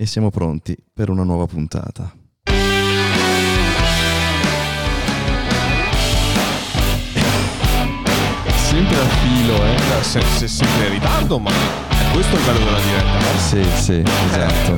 e siamo pronti per una nuova puntata. Sempre a filo, Se sempre in ritardo, ma questo è il bello della diretta, no? Sì, esatto.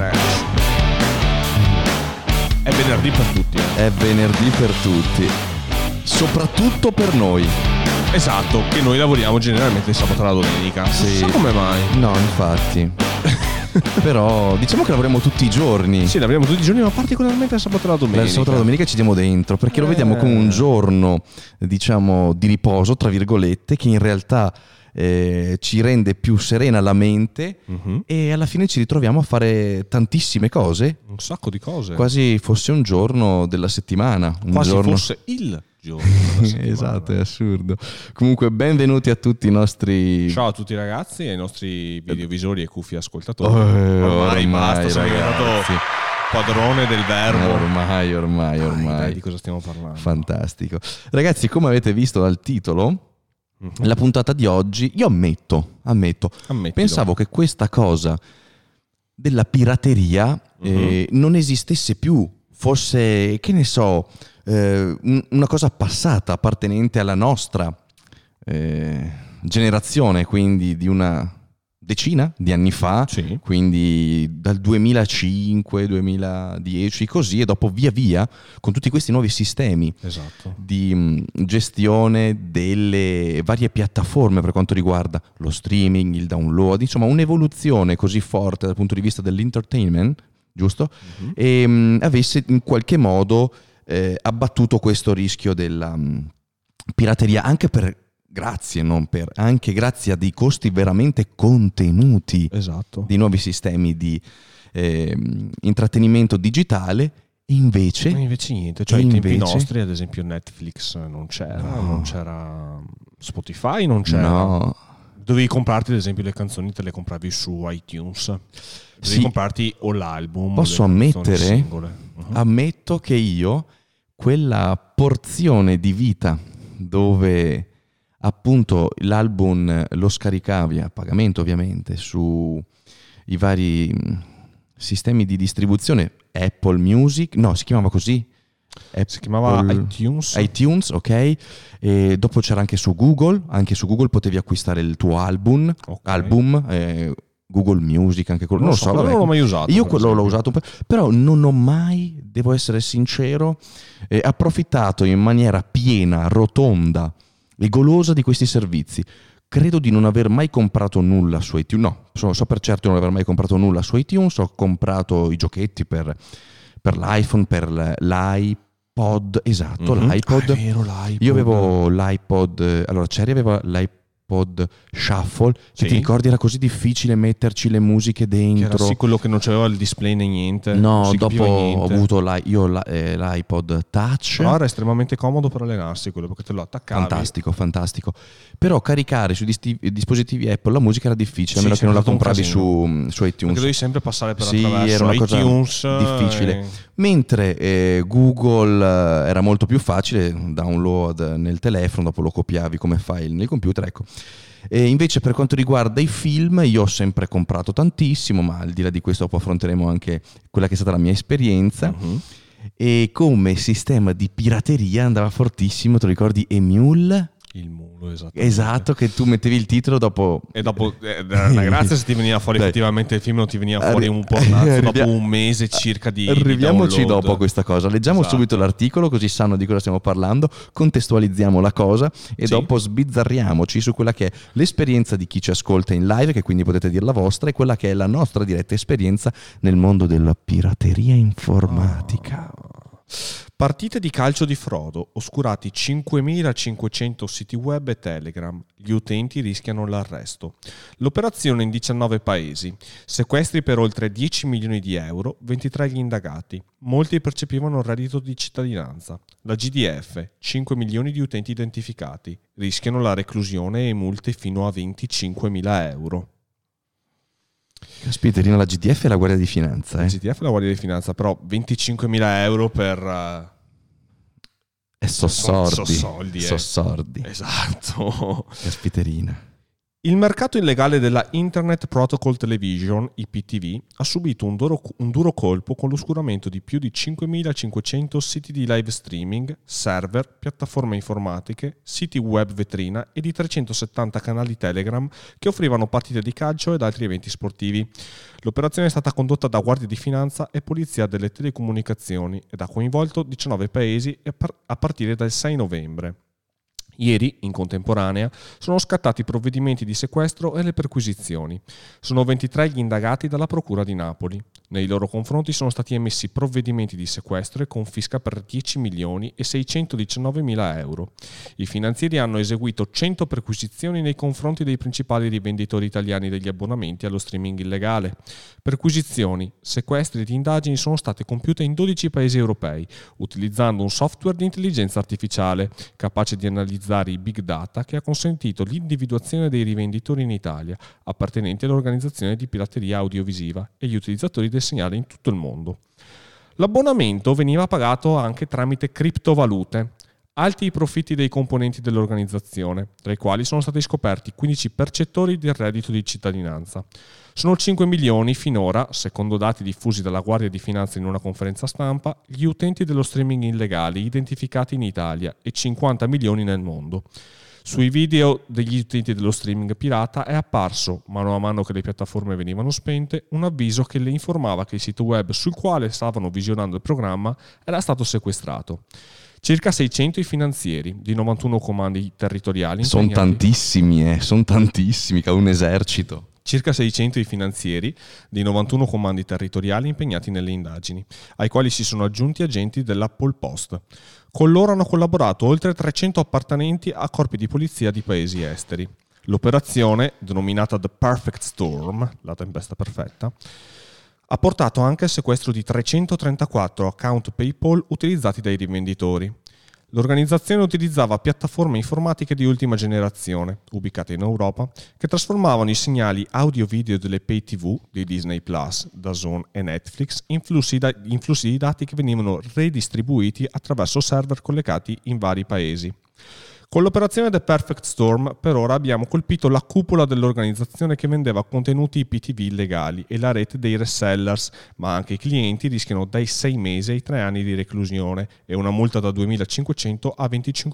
È venerdì per tutti. È venerdì per tutti, soprattutto per noi. Esatto, che noi lavoriamo generalmente il sabato e la domenica. Sì. Non so come mai. No, infatti. Però diciamo che lavoriamo tutti i giorni. Sì, lavoriamo tutti i giorni, ma particolarmente il sabato e la domenica. Il sabato e la domenica ci diamo dentro, perché lo vediamo come un giorno, diciamo, di riposo, tra virgolette, che in realtà ci rende più serena la mente, e alla fine ci ritroviamo a fare tantissime cose. Un sacco di cose. Quasi fosse un giorno della settimana. Quasi fosse il giorno della settimana. Esatto, è assurdo. Comunque benvenuti a tutti i nostri... Ciao a tutti ragazzi e ai nostri videovisori e cufi ascoltatori. Ormai basta, sei diventato ragazzi, padrone del verbo. Ormai. Dai, di cosa stiamo parlando? Fantastico. Ragazzi, come avete visto dal titolo, la puntata di oggi, io ammetto, pensavo che questa cosa della pirateria non esistesse più, fosse, che ne so, una cosa passata, appartenente alla nostra generazione, quindi di una decina di anni fa, sì. Quindi dal 2005, 2010, così, e dopo via via, con tutti questi nuovi sistemi, esatto, di gestione delle varie piattaforme per quanto riguarda lo streaming, il download, insomma un'evoluzione così forte dal punto di vista dell'entertainment, giusto? E avesse in qualche modo abbattuto questo rischio della pirateria, anche grazie a dei costi veramente contenuti, esatto, di nuovi sistemi di intrattenimento digitale. E invece niente, cioè ai tempi nostri, ad esempio Netflix non c'era Spotify, non c'era. No. Dovevi comprarti ad esempio le canzoni, te le compravi su iTunes. Dovevi comprarti o l'album. Posso ammettere, ammetto che io quella porzione di vita dove appunto l'album lo scaricavi a pagamento ovviamente su i vari sistemi di distribuzione, Apple Music, no, si chiamava così? Si chiamava iTunes, ok. E dopo c'era anche su Google potevi acquistare il tuo album, Google Music, anche quello. Non lo so, non l'ho mai usato. Io quello l'ho usato, però non ho mai, devo essere sincero, approfittato in maniera piena, rotonda e golosa di questi servizi. Credo di non aver mai comprato nulla su iTunes. No, so per certo di non aver mai comprato nulla su iTunes. Ho comprato i giochetti per l'iPhone, per l'iPod. Esatto, l'iPod. È vero, l'iPod. Io avevo l'iPod. Allora, Cherry aveva l'iPod Shuffle, che sì. Ti ricordi era così difficile metterci le musiche dentro, che era sì, quello che non c'aveva il display né niente. No, dopo ho avuto l'iPod Touch. Però era estremamente comodo per allenarsi quello, perché te lo attaccavi. Fantastico. Però caricare su dispositivi Apple la musica era difficile, a meno che non la compravi su iTunes, perché dovevi sempre passare per attraverso era una iTunes, cosa difficile. Mentre Google era molto più facile, download nel telefono, dopo lo copiavi come file nel computer, ecco. E invece per quanto riguarda i film, io ho sempre comprato tantissimo, ma al di là di questo dopo affronteremo anche quella che è stata la mia esperienza. E come sistema di pirateria andava fortissimo, te lo ricordi Emule? Il mulo, esatto, che tu mettevi il titolo dopo. E dopo era una grazia se ti veniva fuori effettivamente il film, non ti veniva fuori un pornazzo dopo un mese circa di arriviamoci dopo a questa cosa. Leggiamo subito l'articolo, così sanno di cosa stiamo parlando, contestualizziamo la cosa e dopo sbizzarriamoci su quella che è l'esperienza di chi ci ascolta in live, che quindi potete dire la vostra, e quella che è la nostra diretta esperienza nel mondo della pirateria informatica. Partite di calcio di Frodo, oscurati 5.500 siti web e Telegram, gli utenti rischiano l'arresto. L'operazione in 19 paesi, sequestri per oltre 10 milioni di euro, 23 gli indagati, molti percepivano il reddito di cittadinanza. La GDF, 5 milioni di utenti identificati, rischiano la reclusione e multe fino a 25.000 euro. Caspiterina, la GDF è la Guardia di Finanza. La GDF è la Guardia di Finanza, però 25.000 euro per... Sossordi. Esatto. Caspiterina. Il mercato illegale della Internet Protocol Television, IPTV, ha subito un duro colpo con l'oscuramento di più di 5.500 siti di live streaming, server, piattaforme informatiche, siti web vetrina e di 370 canali Telegram che offrivano partite di calcio ed altri eventi sportivi. L'operazione è stata condotta da Guardia di Finanza e Polizia delle Telecomunicazioni ed ha coinvolto 19 paesi a partire dal 6 novembre. Ieri, in contemporanea, sono scattati provvedimenti di sequestro e le perquisizioni. Sono 23 gli indagati dalla Procura di Napoli. Nei loro confronti sono stati emessi provvedimenti di sequestro e confisca per 10 milioni e 619 mila euro. I finanzieri hanno eseguito 100 perquisizioni nei confronti dei principali rivenditori italiani degli abbonamenti allo streaming illegale. Perquisizioni, sequestri ed indagini sono state compiute in 12 paesi europei, utilizzando un software di intelligenza artificiale capace di analizzare i big data che ha consentito l'individuazione dei rivenditori in Italia, appartenenti all'organizzazione di pirateria audiovisiva e gli utilizzatori del segnale in tutto il mondo. L'abbonamento veniva pagato anche tramite criptovalute. Alti i profitti dei componenti dell'organizzazione, tra i quali sono stati scoperti 15 percettori del reddito di cittadinanza. Sono 5 milioni finora, secondo dati diffusi dalla Guardia di Finanza in una conferenza stampa, gli utenti dello streaming illegale identificati in Italia e 50 milioni nel mondo. Sui video degli utenti dello streaming pirata è apparso, mano a mano che le piattaforme venivano spente, un avviso che le informava che il sito web sul quale stavano visionando il programma era stato sequestrato. Circa 600 i finanzieri di 91 comandi territoriali. Sono tantissimi, che è un esercito. Circa 600 i finanzieri di 91 comandi territoriali impegnati nelle indagini, ai quali si sono aggiunti agenti della Pol Post. Con loro hanno collaborato oltre 300 appartenenti a corpi di polizia di paesi esteri. L'operazione, denominata The Perfect Storm, la tempesta perfetta, ha portato anche al sequestro di 334 account PayPal utilizzati dai rivenditori. L'organizzazione utilizzava piattaforme informatiche di ultima generazione, ubicate in Europa, che trasformavano i segnali audio-video delle pay TV di Disney+, DAZN e Netflix in flussi di dati che venivano redistribuiti attraverso server collegati in vari paesi. Con l'operazione The Perfect Storm, per ora abbiamo colpito la cupola dell'organizzazione che vendeva contenuti IPTV illegali e la rete dei resellers, ma anche i clienti rischiano dai 6 mesi ai 3 anni di reclusione e una multa da 2.500 a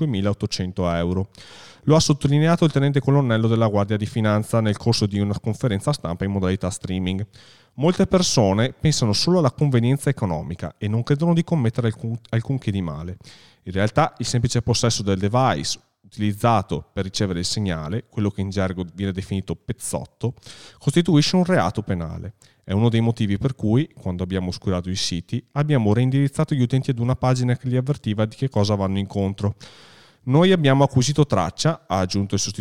25.800 euro. Lo ha sottolineato il tenente colonnello della Guardia di Finanza nel corso di una conferenza stampa in modalità streaming. Molte persone pensano solo alla convenienza economica e non credono di commettere alcunché di male. In realtà il semplice possesso del device utilizzato per ricevere il segnale, quello che in gergo viene definito pezzotto, costituisce un reato penale. È uno dei motivi per cui, quando abbiamo oscurato i siti, abbiamo reindirizzato gli utenti ad una pagina che li avvertiva di che cosa vanno incontro. Noi abbiamo acquisito traccia, ha aggiunto il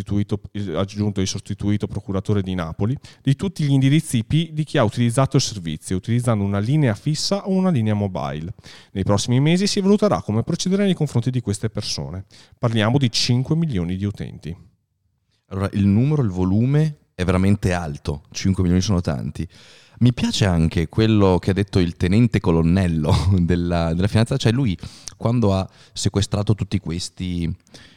sostituito procuratore di Napoli, di tutti gli indirizzi IP di chi ha utilizzato il servizio, utilizzando una linea fissa o una linea mobile. Nei prossimi mesi si valuterà come procedere nei confronti di queste persone. Parliamo di 5 milioni di utenti. Allora, il volume è veramente alto, 5 milioni sono tanti. Mi piace anche quello che ha detto il tenente colonnello della finanza, cioè lui quando ha sequestrato tutti questi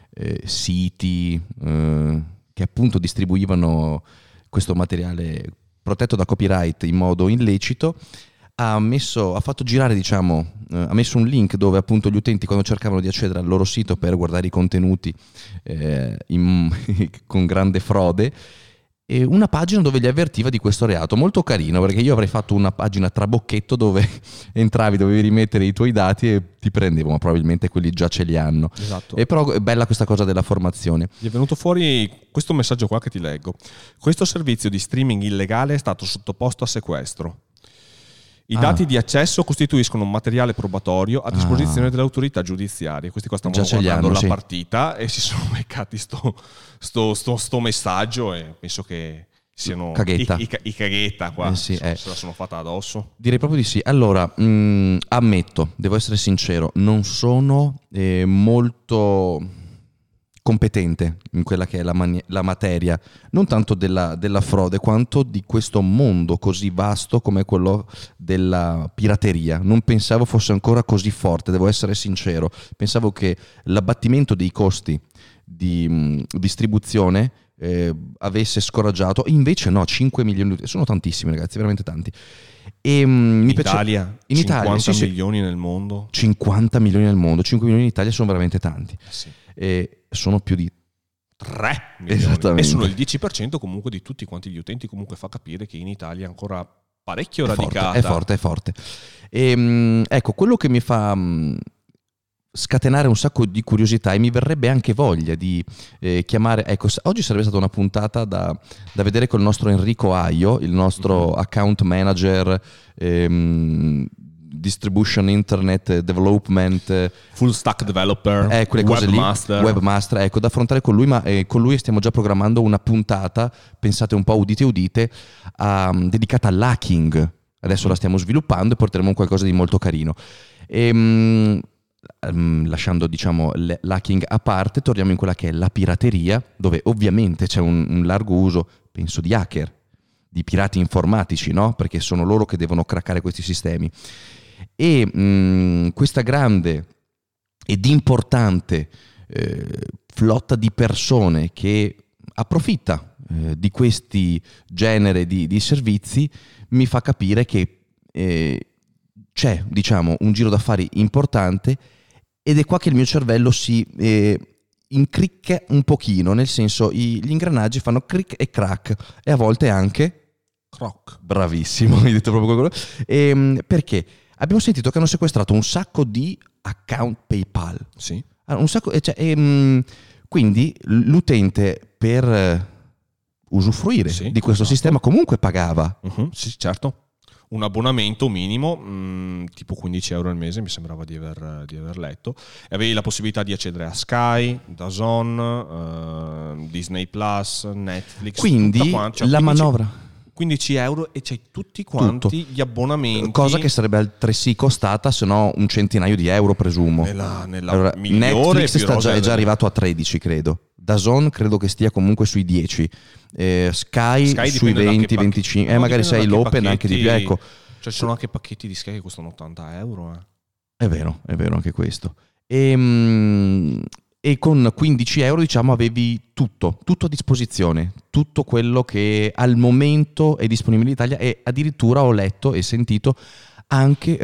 siti che appunto distribuivano questo materiale protetto da copyright in modo illecito, ha messo un link dove appunto gli utenti, quando cercavano di accedere al loro sito per guardare i contenuti con grande frode, e una pagina dove li avvertiva di questo reato. Molto carino, perché io avrei fatto una pagina trabocchetto dove entravi, dovevi rimettere i tuoi dati e ti prendevo, ma probabilmente quelli già ce li hanno. Esatto. E però è bella questa cosa della formazione. Gli è venuto fuori questo messaggio qua che ti leggo. Questo servizio di streaming illegale è stato sottoposto a sequestro. I dati di accesso costituiscono un materiale probatorio a disposizione delle autorità giudiziarie. Questi qua stavano guardando la partita e si sono beccati sto messaggio e penso che siano i caghetta qua. Se la sono fatta addosso. Direi proprio di sì. Allora, ammetto, devo essere sincero, non sono molto competente in quella che è la materia, non tanto della frode quanto di questo mondo così vasto come quello della pirateria. Non pensavo fosse ancora così forte, devo essere sincero. Pensavo che l'abbattimento dei costi di distribuzione avesse scoraggiato. Invece no, 5 milioni, sono tantissimi ragazzi, veramente tanti. E, mi piace... in Italia 50 sì, milioni nel mondo. 50 milioni nel mondo, 5 milioni in Italia sono veramente tanti. Sì. Sono più di 3 milioni. E sono il 10% comunque di tutti quanti gli utenti, comunque fa capire che in Italia è ancora parecchio radicata. È forte. Ecco, quello che mi fa scatenare un sacco di curiosità, e mi verrebbe anche voglia di chiamare, ecco, oggi sarebbe stata una puntata da vedere col nostro Enrico Aio, il nostro account manager, distribution internet development, full stack developer, quelle cose webmaster, ecco, da affrontare con lui, ma con lui stiamo già programmando una puntata, pensate un po', udite, dedicata all'hacking. Adesso la stiamo sviluppando e porteremo qualcosa di molto carino. Lasciando diciamo l'hacking a parte, torniamo in quella che è la pirateria, dove ovviamente c'è un largo uso, penso, di hacker, di pirati informatici, no? Perché sono loro che devono craccare questi sistemi. E questa grande ed importante flotta di persone che approfitta di questi genere di servizi mi fa capire che c'è, diciamo, un giro d'affari importante, ed è qua che il mio cervello si incricca un pochino, nel senso gli ingranaggi fanno cric e crack, e a volte anche croc. Bravissimo, hai detto proprio quello. Perché abbiamo sentito che hanno sequestrato un sacco di account PayPal. Sì. Un sacco, quindi l'utente per usufruire di questo sistema comunque pagava. Sì, certo. Un abbonamento minimo, tipo 15 euro al mese, mi sembrava di aver letto, e avevi la possibilità di accedere a Sky, DAZN, Disney Plus, Netflix. Quindi la manovra 15 euro e c'hai tutti quanti gli abbonamenti, cosa che sarebbe altresì costata se no un centinaio di euro, presumo. Nella migliore Netflix è già arrivato a 13, credo. DAZN credo che stia comunque sui 10, Sky sui 20, 25, magari sei l'open anche di più, ecco. Cioè ci sono anche pacchetti di Sky che costano 80 euro. È vero anche questo. E con 15 euro, diciamo, avevi tutto a disposizione, tutto quello che al momento è disponibile in Italia, e addirittura ho letto e sentito anche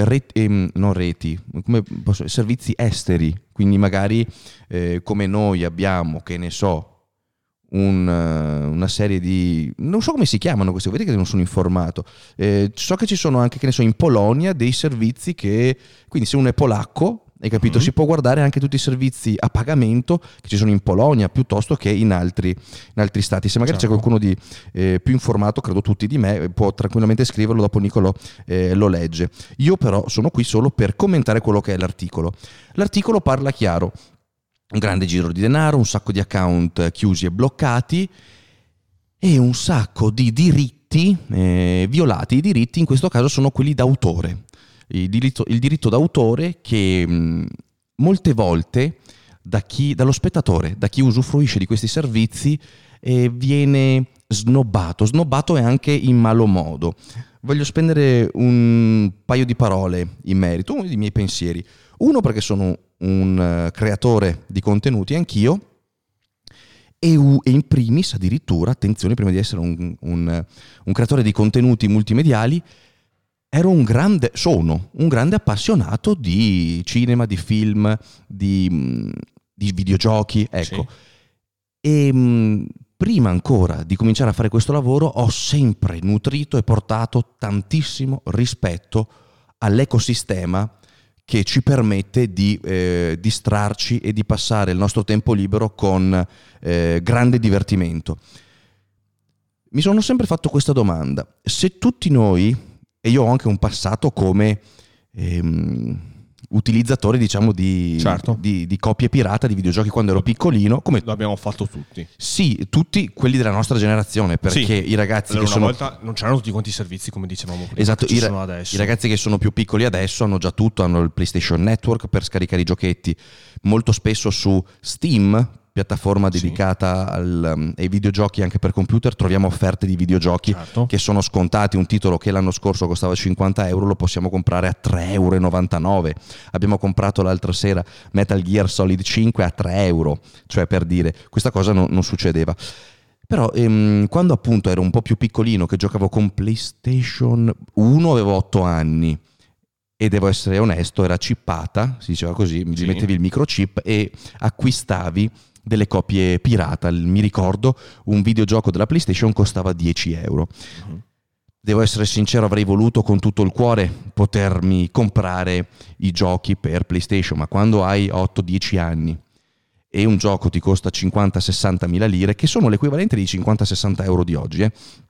servizi esteri, quindi magari come noi abbiamo, che ne so, una serie di, non so come si chiamano questi, vedete che non sono informato, so che ci sono anche, che ne so, in Polonia dei servizi che, quindi se uno è polacco, hai capito, si può guardare anche tutti i servizi a pagamento che ci sono in Polonia piuttosto che in altri stati. Se magari c'è qualcuno di più informato, credo tutti di me, può tranquillamente scriverlo, dopo Nicolò lo legge. Io però sono qui solo per commentare quello che è l'articolo. L'articolo parla chiaro: un grande giro di denaro, un sacco di account chiusi e bloccati e un sacco di diritti violati. I diritti in questo caso sono quelli d'autore. Il diritto d'autore che molte volte dallo spettatore, da chi usufruisce di questi servizi, viene snobbato e anche in malo modo. Voglio spendere un paio di parole in merito, uno dei miei pensieri. Uno, perché sono un creatore di contenuti anch'io, e in primis addirittura, attenzione, prima di essere un creatore di contenuti multimediali, sono un grande appassionato di cinema, di film, di videogiochi, ecco. Sì. E prima ancora di cominciare a fare questo lavoro ho sempre nutrito e portato tantissimo rispetto all'ecosistema che ci permette di distrarci e di passare il nostro tempo libero con grande divertimento. Mi sono sempre fatto questa domanda: se tutti noi, e io ho anche un passato come utilizzatore, diciamo, di copie pirata di videogiochi quando ero piccolino, come lo abbiamo fatto tutti. Sì, tutti quelli della nostra generazione, perché i ragazzi allora, che sono... una volta non c'erano tutti quanti i servizi come dicevamo prima. Esatto, ci sono adesso. I ragazzi che sono più piccoli adesso hanno già tutto, hanno il PlayStation Network per scaricare i giochetti, molto spesso su Steam, piattaforma dedicata ai videogiochi anche per computer, troviamo offerte di videogiochi che sono scontati. Un titolo che l'anno scorso costava 50 euro lo possiamo comprare a 3,99 euro. Abbiamo comprato l'altra sera Metal Gear Solid 5 a 3 euro, cioè, per dire, questa cosa non succedeva. Però quando appunto ero un po' più piccolino, che giocavo con PlayStation 1, avevo 8 anni e devo essere onesto, era chippata, si diceva così, Sì. mettevi il microchip e acquistavi delle copie pirata. Mi ricordo un videogioco della PlayStation costava 10 euro. Mhm. Devo essere sincero, avrei voluto con tutto il cuore potermi comprare i giochi per PlayStation, ma quando hai 8-10 anni e un gioco ti costa 50-60 mila lire, che sono l'equivalente di 50-60 euro di oggi,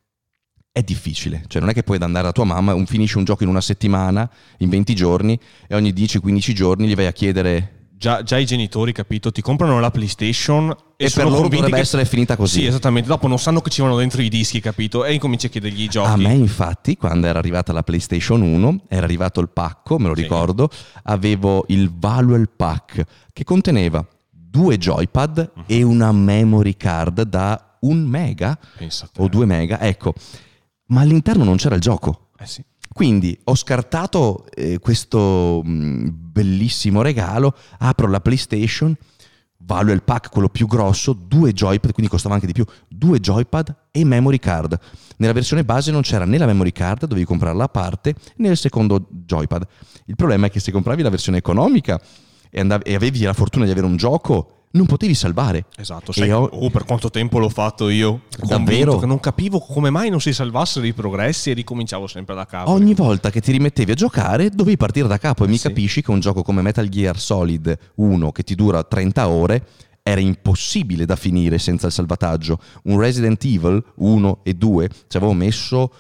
è difficile. Cioè non è che puoi andare da tua mamma, finisci un gioco in una settimana, in 20 giorni, e ogni 10-15 giorni gli vai a chiedere... Già i genitori, capito, ti comprano la PlayStation e per loro dovrebbe essere finita così. Sì, esattamente. Dopo non sanno che ci vanno dentro i dischi, capito? E incominci a chiedergli i giochi. A me infatti, quando era arrivata la PlayStation 1, era arrivato il pacco, me lo ricordo, avevo il Valuable Pack che conteneva 2 joypad e una memory card da 1 mega o 2 mega, ecco. Ma all'interno non c'era il gioco. Sì. Quindi ho scartato questo bellissimo regalo, apro la PlayStation, valuo il pack, quello più grosso, 2 joypad, quindi costava anche di più, 2 joypad e memory card. Nella versione base non c'era né la memory card, dovevi comprarla a parte, né il secondo joypad. Il problema è che se compravi la versione economica e avevi la fortuna di avere un gioco, non potevi salvare. Esatto, sai, per quanto tempo l'ho fatto io, davvero, che non capivo come mai non si salvassero i progressi e ricominciavo sempre da capo. Ogni volta che ti rimettevi a giocare dovevi partire da capo e mi capisci che un gioco come Metal Gear Solid 1 che ti dura 30 ore era impossibile da finire senza il salvataggio. Un Resident Evil 1 e 2 ci avevo messo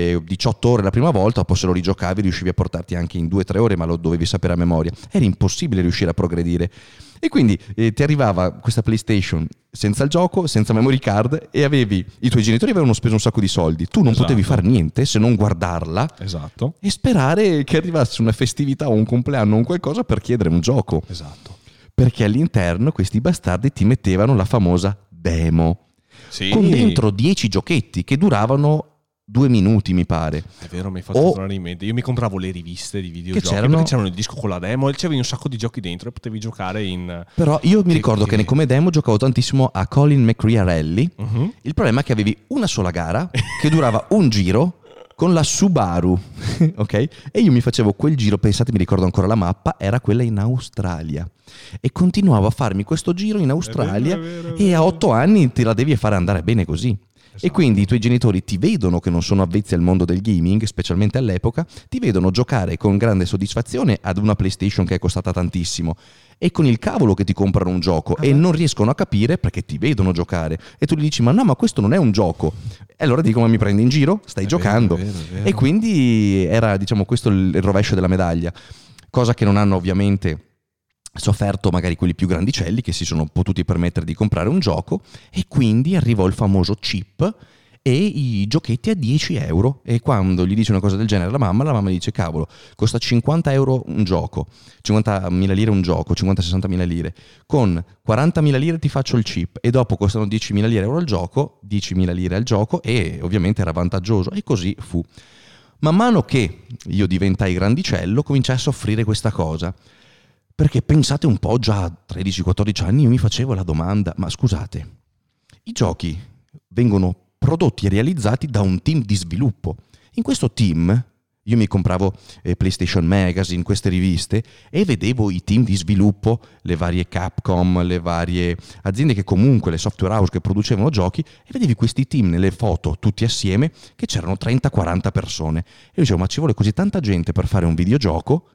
18 ore la prima volta, dopo se lo rigiocavi riuscivi a portarti anche in 2-3 ore, ma lo dovevi sapere a memoria. Era impossibile riuscire a progredire. E quindi ti arrivava questa PlayStation senza il gioco, senza memory card, e i tuoi genitori avevano speso un sacco di soldi. Tu non potevi fare niente se non guardarla e sperare che arrivasse una festività o un compleanno o un qualcosa per chiedere un gioco. Esatto. Perché all'interno questi bastardi ti mettevano la famosa demo, con dentro 10 giochetti che duravano 2 minuti, mi pare. È vero, mi hai fatto tornare in mente. Io mi compravo le riviste di videogiochi perché c'erano il disco con la demo e c'avevi un sacco di giochi dentro e potevi giocare in... Però io mi ricordo che come demo giocavo tantissimo a Colin McRae Rally. Il problema è che avevi una sola gara che durava un giro con la Subaru, ok? E io mi facevo quel giro, pensate, mi ricordo ancora la mappa, era quella in Australia. E continuavo a farmi questo giro in Australia, e a 8 anni te la devi fare andare bene così. Esatto. E quindi i tuoi genitori ti vedono che non sono avvezzi al mondo del gaming, specialmente all'epoca, ti vedono giocare con grande soddisfazione ad una PlayStation che è costata tantissimo e con il cavolo che ti comprano un gioco e non riescono a capire perché ti vedono giocare e tu gli dici ma questo non è un gioco, e allora dico ma mi prendi in giro? Stai giocando. Vero. E quindi era, diciamo, questo il rovescio della medaglia, cosa che non hanno ovviamente sofferto magari quelli più grandicelli che si sono potuti permettere di comprare un gioco, e quindi arrivò il famoso chip e i giochetti a 10 euro. E quando gli dice una cosa del genere la mamma dice cavolo, costa 50 euro un gioco, 50.000 lire un gioco, 50-60.000 lire, con 40.000 lire ti faccio il chip e dopo costano 10.000 lire al gioco, 10.000 lire al gioco, e ovviamente era vantaggioso, e così fu. Man mano che io diventai grandicello cominciai a soffrire questa cosa, perché pensate un po', già a 13-14 anni io mi facevo la domanda, ma scusate, i giochi vengono prodotti e realizzati da un team di sviluppo. In questo team io mi compravo PlayStation Magazine, queste riviste, e vedevo i team di sviluppo, le varie Capcom, le varie aziende che comunque, le software house che producevano giochi, e vedevi questi team nelle foto tutti assieme che c'erano 30-40 persone. E io dicevo, ma ci vuole così tanta gente per fare un videogioco?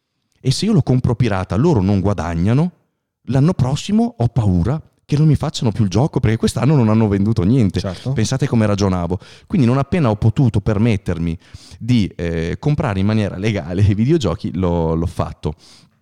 E se io lo compro pirata, loro non guadagnano, l'anno prossimo ho paura che non mi facciano più il gioco, perché quest'anno non hanno venduto niente. Certo. Pensate come ragionavo. Quindi non appena ho potuto permettermi di comprare in maniera legale i videogiochi, l'ho fatto.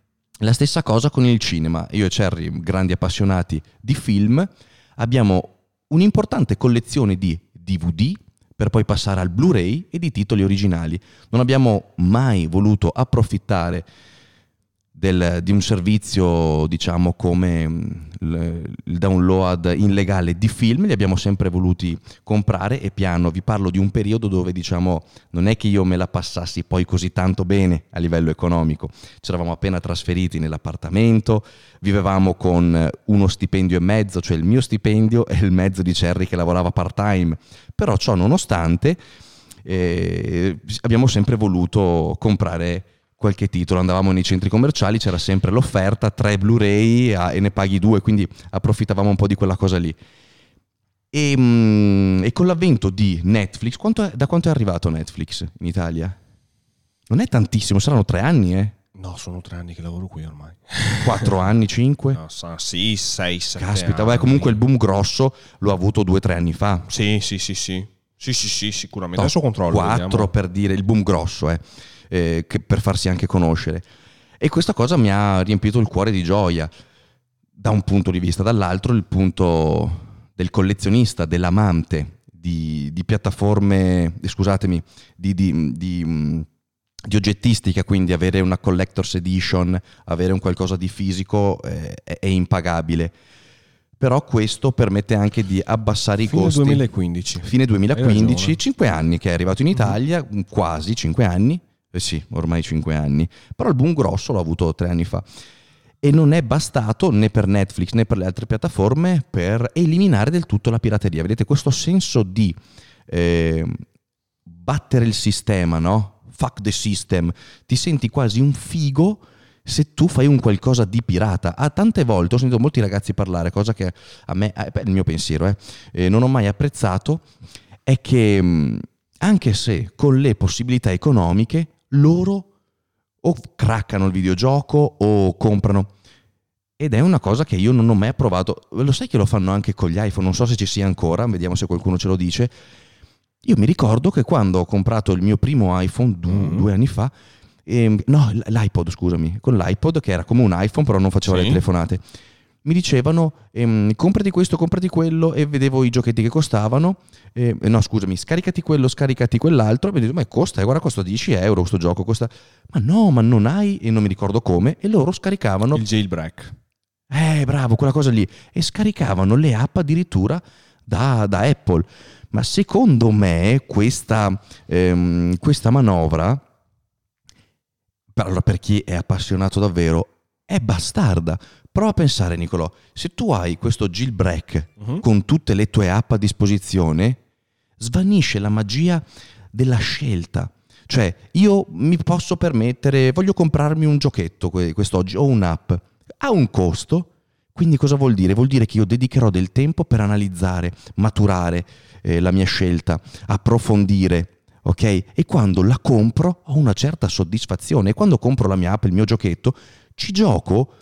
La stessa cosa con il cinema. Io e Cherry, grandi appassionati di film, abbiamo un'importante collezione di DVD per poi passare al Blu-ray e di titoli originali. Non abbiamo mai voluto approfittare di un servizio, diciamo, come il download illegale di film, li abbiamo sempre voluti comprare e piano. Vi parlo di un periodo dove, diciamo, non è che io me la passassi poi così tanto bene a livello economico. Ci eravamo appena trasferiti nell'appartamento, vivevamo con uno stipendio e mezzo, cioè il mio stipendio e il mezzo di Cerri che lavorava part-time. Però ciò nonostante abbiamo sempre voluto comprare qualche titolo. Andavamo nei centri commerciali, c'era sempre l'offerta 3 Blu-ray e ne paghi 2, quindi approfittavamo un po' di quella cosa lì. E con l'avvento di Netflix, da quanto è arrivato Netflix in Italia? Non è tantissimo, saranno 3 anni, eh? No, sono 3 anni che lavoro qui ormai. 4 anni, 5? No, sì, 6, 7 Caspita, anni. comunque il boom grosso l'ho avuto 2-3 anni fa. Sì, sicuramente. Adesso controllo. 4 vediamo. Per dire, il boom grosso, che per farsi anche conoscere. E questa cosa mi ha riempito il cuore di gioia, da un punto di vista. Dall'altro il punto del collezionista, dell'amante di piattaforme, scusatemi, di oggettistica, quindi avere una collector's edition, avere un qualcosa di fisico è impagabile. Però questo permette anche di abbassare i costi. Fine 2015, 5 anni che è arrivato in Italia, quasi 5 anni. Sì, ormai 5 anni. Però il boom grosso l'ho avuto 3 anni fa. E non è bastato né per Netflix né per le altre piattaforme per eliminare del tutto la pirateria. Vedete, questo senso di battere il sistema, no? Fuck the system. Ti senti quasi un figo se tu fai un qualcosa di pirata. Tante volte ho sentito molti ragazzi parlare, cosa che a me, il mio pensiero, non ho mai apprezzato, è che anche se con le possibilità economiche loro o craccano il videogioco o comprano. Ed è una cosa che io non ho mai approvato. Lo sai che lo fanno anche con gli iPhone, non so se ci sia ancora, vediamo se qualcuno ce lo dice. Io mi ricordo che quando ho comprato il mio primo iPhone 2 anni fa, l'iPod, scusami, con l'iPod che era come un iPhone però non faceva le telefonate, mi dicevano comprati questo, comprati quello, e vedevo i giochetti che costavano, scaricati quello, scaricati quell'altro, e mi dicevo, ma costa 10 euro questo gioco, costa, ma non hai, e non mi ricordo come, e loro scaricavano il jailbreak. Bravo, quella cosa lì, e scaricavano le app addirittura da Apple. Ma secondo me questa manovra, allora, per chi è appassionato davvero, è bastarda. Prova a pensare, Nicolò, se tu hai questo jailbreak con tutte le tue app a disposizione, svanisce la magia della scelta. Cioè, io mi posso permettere, voglio comprarmi un giochetto quest'oggi, o un'app, ha un costo, quindi cosa vuol dire? Vuol dire che io dedicherò del tempo per analizzare, maturare la mia scelta, approfondire, ok? E quando la compro ho una certa soddisfazione, e quando compro la mia app, il mio giochetto, ci gioco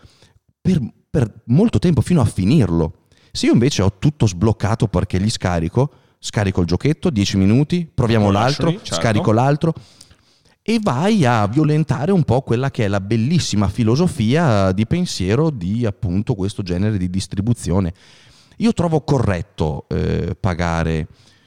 per molto tempo fino a finirlo. Se io invece ho tutto sbloccato perché li scarico il giochetto, 10 minuti, proviamo l'altro, certo. Scarico l'altro, e vai a violentare un po' quella che è la bellissima filosofia di pensiero di appunto questo genere di distribuzione. Io trovo corretto pagare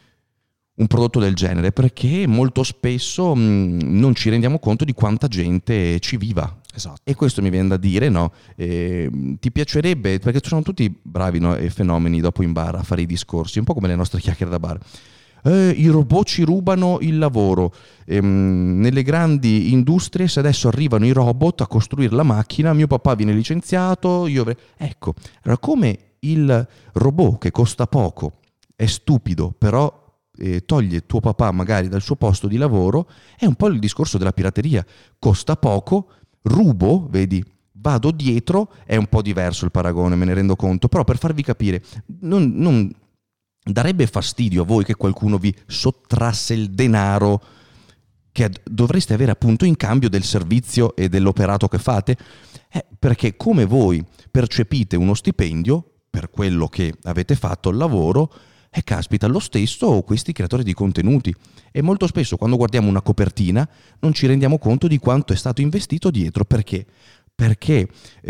un prodotto del genere, perché molto spesso non ci rendiamo conto di quanta gente ci viva. Esatto. E questo mi viene da dire, no? Ti piacerebbe, perché sono tutti bravi, no? E fenomeni dopo in bar a fare i discorsi, un po' come le nostre chiacchiere da bar. I robot ci rubano il lavoro. Nelle grandi industrie, se adesso arrivano i robot a costruire la macchina, mio papà viene licenziato, Ecco, allora come il robot che costa poco, è stupido, però toglie tuo papà magari dal suo posto di lavoro, è un po' il discorso della pirateria. Costa poco, rubo, vedi, vado dietro, è un po' diverso il paragone, me ne rendo conto, però per farvi capire, non darebbe fastidio a voi che qualcuno vi sottrasse il denaro che dovreste avere appunto in cambio del servizio e dell'operato che fate? Perché come voi percepite uno stipendio per quello che avete fatto il lavoro, caspita, lo stesso questi creatori di contenuti. E molto spesso quando guardiamo una copertina non ci rendiamo conto di quanto è stato investito dietro. Perché? Perché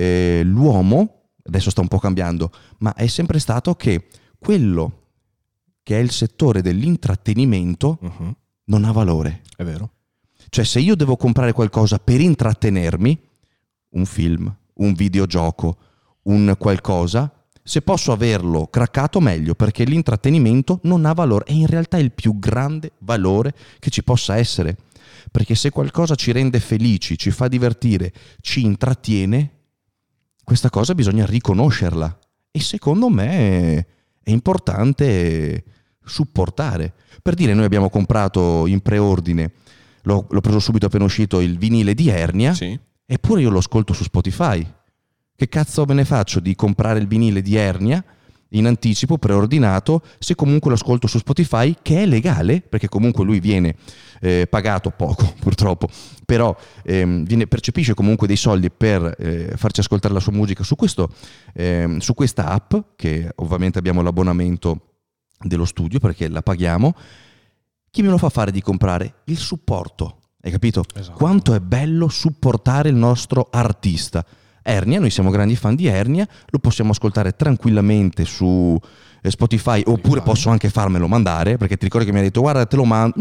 l'uomo, adesso sta un po' cambiando, ma è sempre stato che quello che è il settore dell'intrattenimento non ha valore. È vero. Cioè, se io devo comprare qualcosa per intrattenermi, un film, un videogioco, un qualcosa, se posso averlo craccato meglio, perché l'intrattenimento non ha valore, è in realtà il più grande valore che ci possa essere, perché se qualcosa ci rende felici, ci fa divertire, ci intrattiene, questa cosa bisogna riconoscerla e secondo me è importante supportare. Per dire, noi abbiamo comprato in preordine, l'ho preso subito appena uscito, il vinile di Ernia, Sì. eppure io lo ascolto su Spotify. Che cazzo me ne faccio di comprare il vinile di Ernia in anticipo, preordinato, se comunque lo ascolto su Spotify, che è legale, perché comunque lui viene pagato poco purtroppo, però percepisce comunque dei soldi per farci ascoltare la sua musica su questa app, che ovviamente abbiamo l'abbonamento dello studio perché la paghiamo. Chi me lo fa fare di comprare? Il supporto, hai capito? Esatto. Quanto è bello supportare il nostro artista. Ernia, noi siamo grandi fan di Ernia, lo possiamo ascoltare tranquillamente su Spotify, oppure posso anche farmelo mandare, perché ti ricordi che mi hai detto guarda te lo mando.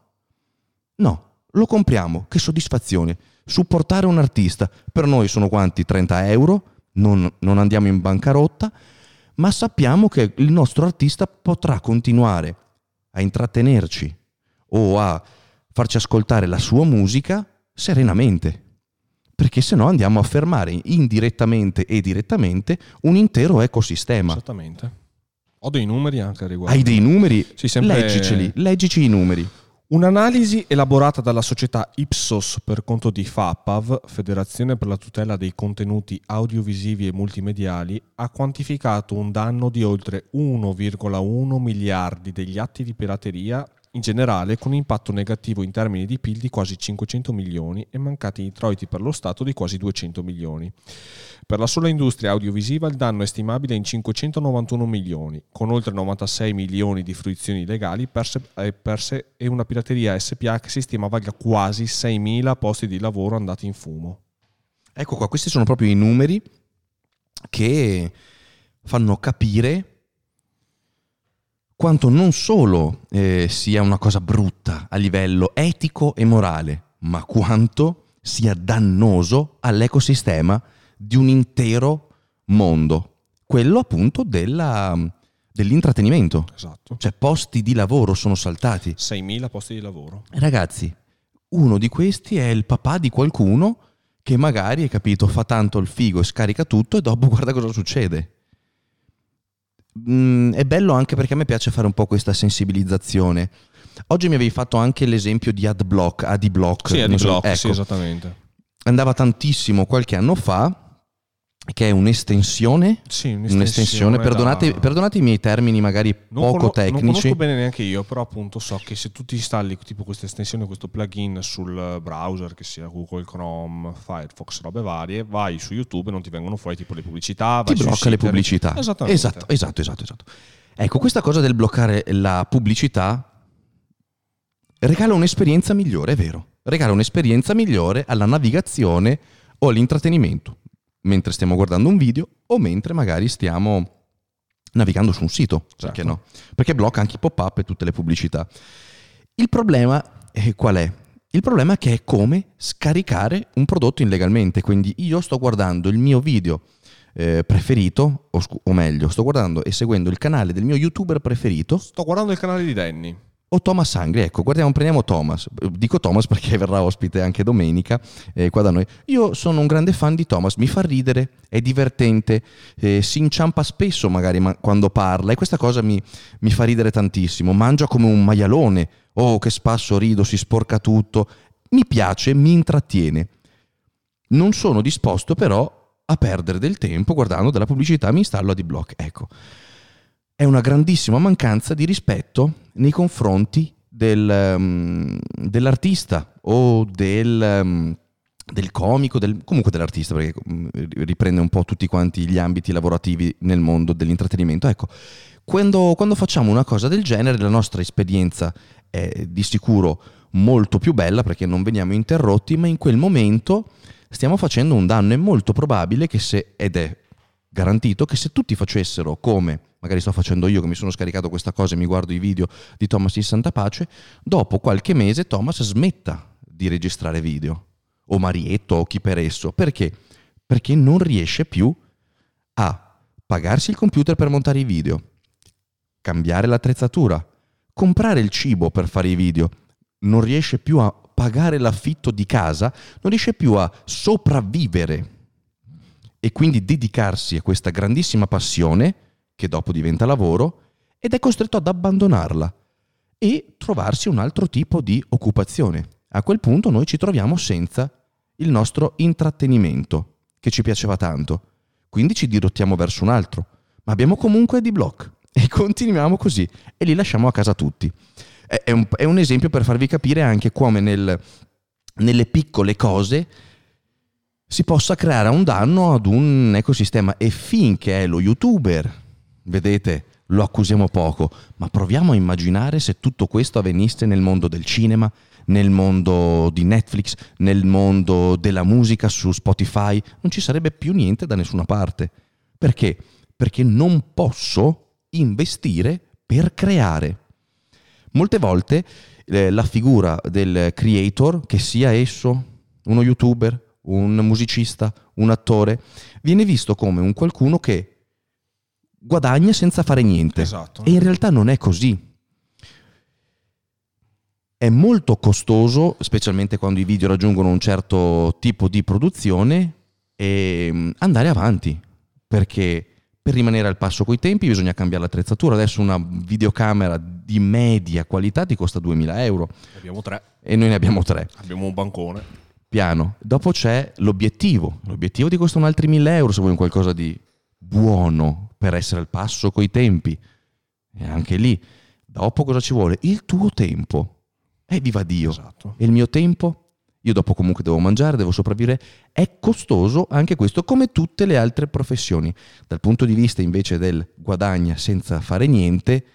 No, lo compriamo, che soddisfazione. Supportare un artista, per noi sono quanti? 30 euro, non andiamo in bancarotta, ma sappiamo che il nostro artista potrà continuare a intrattenerci o a farci ascoltare la sua musica serenamente. Perché se no andiamo a fermare indirettamente e direttamente un intero ecosistema. Esattamente. Ho dei numeri anche a riguardo. Hai dei numeri? Sì, sempre... Leggici i numeri. Un'analisi elaborata dalla società Ipsos per conto di FAPAV, Federazione per la tutela dei contenuti audiovisivi e multimediali, ha quantificato un danno di oltre 1,1 miliardi degli atti di pirateria in generale, con un impatto negativo in termini di PIL di quasi 500 milioni e mancati introiti per lo Stato di quasi 200 milioni. Per la sola industria audiovisiva il danno è stimabile in 591 milioni, con oltre 96 milioni di fruizioni legali perse e una pirateria SPA che si stima valga quasi 6.000 posti di lavoro andati in fumo. Ecco qua, questi sono proprio i numeri che fanno capire quanto non solo sia una cosa brutta a livello etico e morale, ma quanto sia dannoso all'ecosistema di un intero mondo, quello appunto dell'intrattenimento. Esatto. Cioè posti di lavoro sono saltati. 6.000 posti di lavoro. Ragazzi, uno di questi è il papà di qualcuno che magari, hai capito, fa tanto il figo e scarica tutto e dopo guarda cosa succede. È bello anche perché a me piace fare un po' questa sensibilizzazione. Oggi mi avevi fatto anche l'esempio di Adblock. Sì, Adblock, ecco. sì, esattamente. Andava tantissimo qualche anno fa, che è un'estensione. Sì, un'estensione. Perdonate i miei termini magari poco tecnici. Non conosco bene neanche io, però appunto so che se tu ti installi tipo questa estensione, questo plugin sul browser, che sia Google, Chrome, Firefox, robe varie, vai su YouTube e non ti vengono fuori tipo le pubblicità. Ti blocca le pubblicità. Esattamente. Esatto. Ecco, questa cosa del bloccare la pubblicità regala un'esperienza migliore, è vero. Regala un'esperienza migliore alla navigazione o all'intrattenimento, mentre stiamo guardando un video o mentre magari stiamo navigando su un sito, certo. Perché no? Perché blocca anche i pop-up e tutte le pubblicità. Il problema qual è? Il problema è che è come scaricare un prodotto illegalmente, quindi io sto guardando il mio video preferito, o meglio, sto guardando e seguendo il canale del mio youtuber preferito. Sto guardando il canale di Danny. O Thomas Angri, ecco, prendiamo Thomas. Dico Thomas perché verrà ospite anche domenica qua da noi. Io sono un grande fan di Thomas, mi fa ridere, è divertente, si inciampa spesso magari quando parla e questa cosa mi fa ridere tantissimo. Mangia come un maialone, che spasso rido, si sporca tutto. Mi piace, mi intrattiene. Non sono disposto però a perdere del tempo guardando della pubblicità, mi installo Adblock. Ecco. È una grandissima mancanza di rispetto nei confronti dell'artista o del comico, comunque dell'artista, perché riprende un po' tutti quanti gli ambiti lavorativi nel mondo dell'intrattenimento. Ecco, quando facciamo una cosa del genere, la nostra esperienza è di sicuro molto più bella perché non veniamo interrotti, ma in quel momento stiamo facendo un danno. È molto probabile che ed è garantito che se tutti facessero come magari sto facendo io, che mi sono scaricato questa cosa e mi guardo i video di Thomas di Santa Pace, dopo qualche mese Thomas smetta di registrare video, o Marietto o chi per esso. Perché? perché non riesce più a pagarsi il computer per montare i video, cambiare l'attrezzatura, comprare il cibo per fare i video, non riesce più a pagare l'affitto di casa, non riesce più a sopravvivere e quindi dedicarsi a questa grandissima passione che dopo diventa lavoro ed è costretto ad abbandonarla e trovarsi un altro tipo di occupazione. A quel punto noi ci troviamo senza il nostro intrattenimento che ci piaceva tanto, quindi ci dirottiamo verso un altro, ma abbiamo comunque Adblock e continuiamo così e li lasciamo a casa tutti. È un esempio per farvi capire anche come nelle piccole cose si possa creare un danno ad un ecosistema, e finché è lo youtuber, vedete, lo accusiamo poco, ma proviamo a immaginare se tutto questo avvenisse nel mondo del cinema, nel mondo di Netflix, nel mondo della musica su Spotify, non ci sarebbe più niente da nessuna parte. Perché? Perché non posso investire per creare. Molte volte la figura del creator, che sia esso uno youtuber, un musicista, un attore, viene visto come un qualcuno che guadagna senza fare niente. Esatto. E in realtà non è così. È molto costoso, specialmente quando i video raggiungono un certo tipo di produzione, andare avanti, perché per rimanere al passo coi tempi bisogna cambiare l'attrezzatura. Adesso una videocamera di media qualità ti costa 2.000 euro. Ne abbiamo 3. E noi ne abbiamo 3. Abbiamo un bancone. Piano. Dopo c'è l'obiettivo. L'obiettivo ti costa un altri 1.000 euro se vuoi un qualcosa di buono per essere al passo coi tempi. E anche lì, dopo cosa ci vuole? Il tuo tempo. Viva Dio. Esatto. E il mio tempo? Io dopo comunque devo mangiare, devo sopravvivere. È costoso anche questo, come tutte le altre professioni. Dal punto di vista invece del guadagna senza fare niente,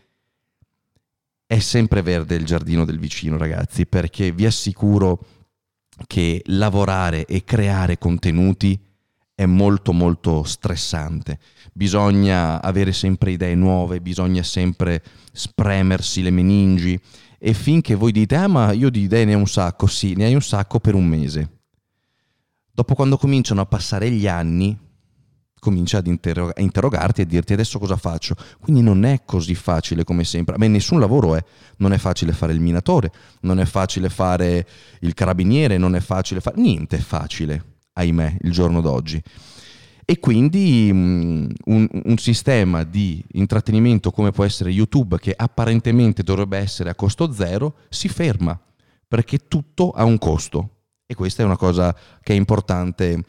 è sempre verde il giardino del vicino, ragazzi, perché vi assicuro che lavorare e creare contenuti è molto molto stressante. Bisogna avere sempre idee nuove, bisogna sempre spremersi le meningi, e finché voi dite ma io di idee ne ho un sacco, sì, ne hai un sacco per un mese. Dopo, quando cominciano a passare gli anni, comincia ad interrogarti e dirti adesso cosa faccio. Quindi non è così facile come sempre. A me nessun lavoro è. Non è facile fare il minatore, non è facile fare il carabiniere, non è facile fare... Niente è facile, ahimè, il giorno d'oggi. E quindi un sistema di intrattenimento come può essere YouTube, che apparentemente dovrebbe essere a costo zero, si ferma, perché tutto ha un costo. E questa è una cosa che è importante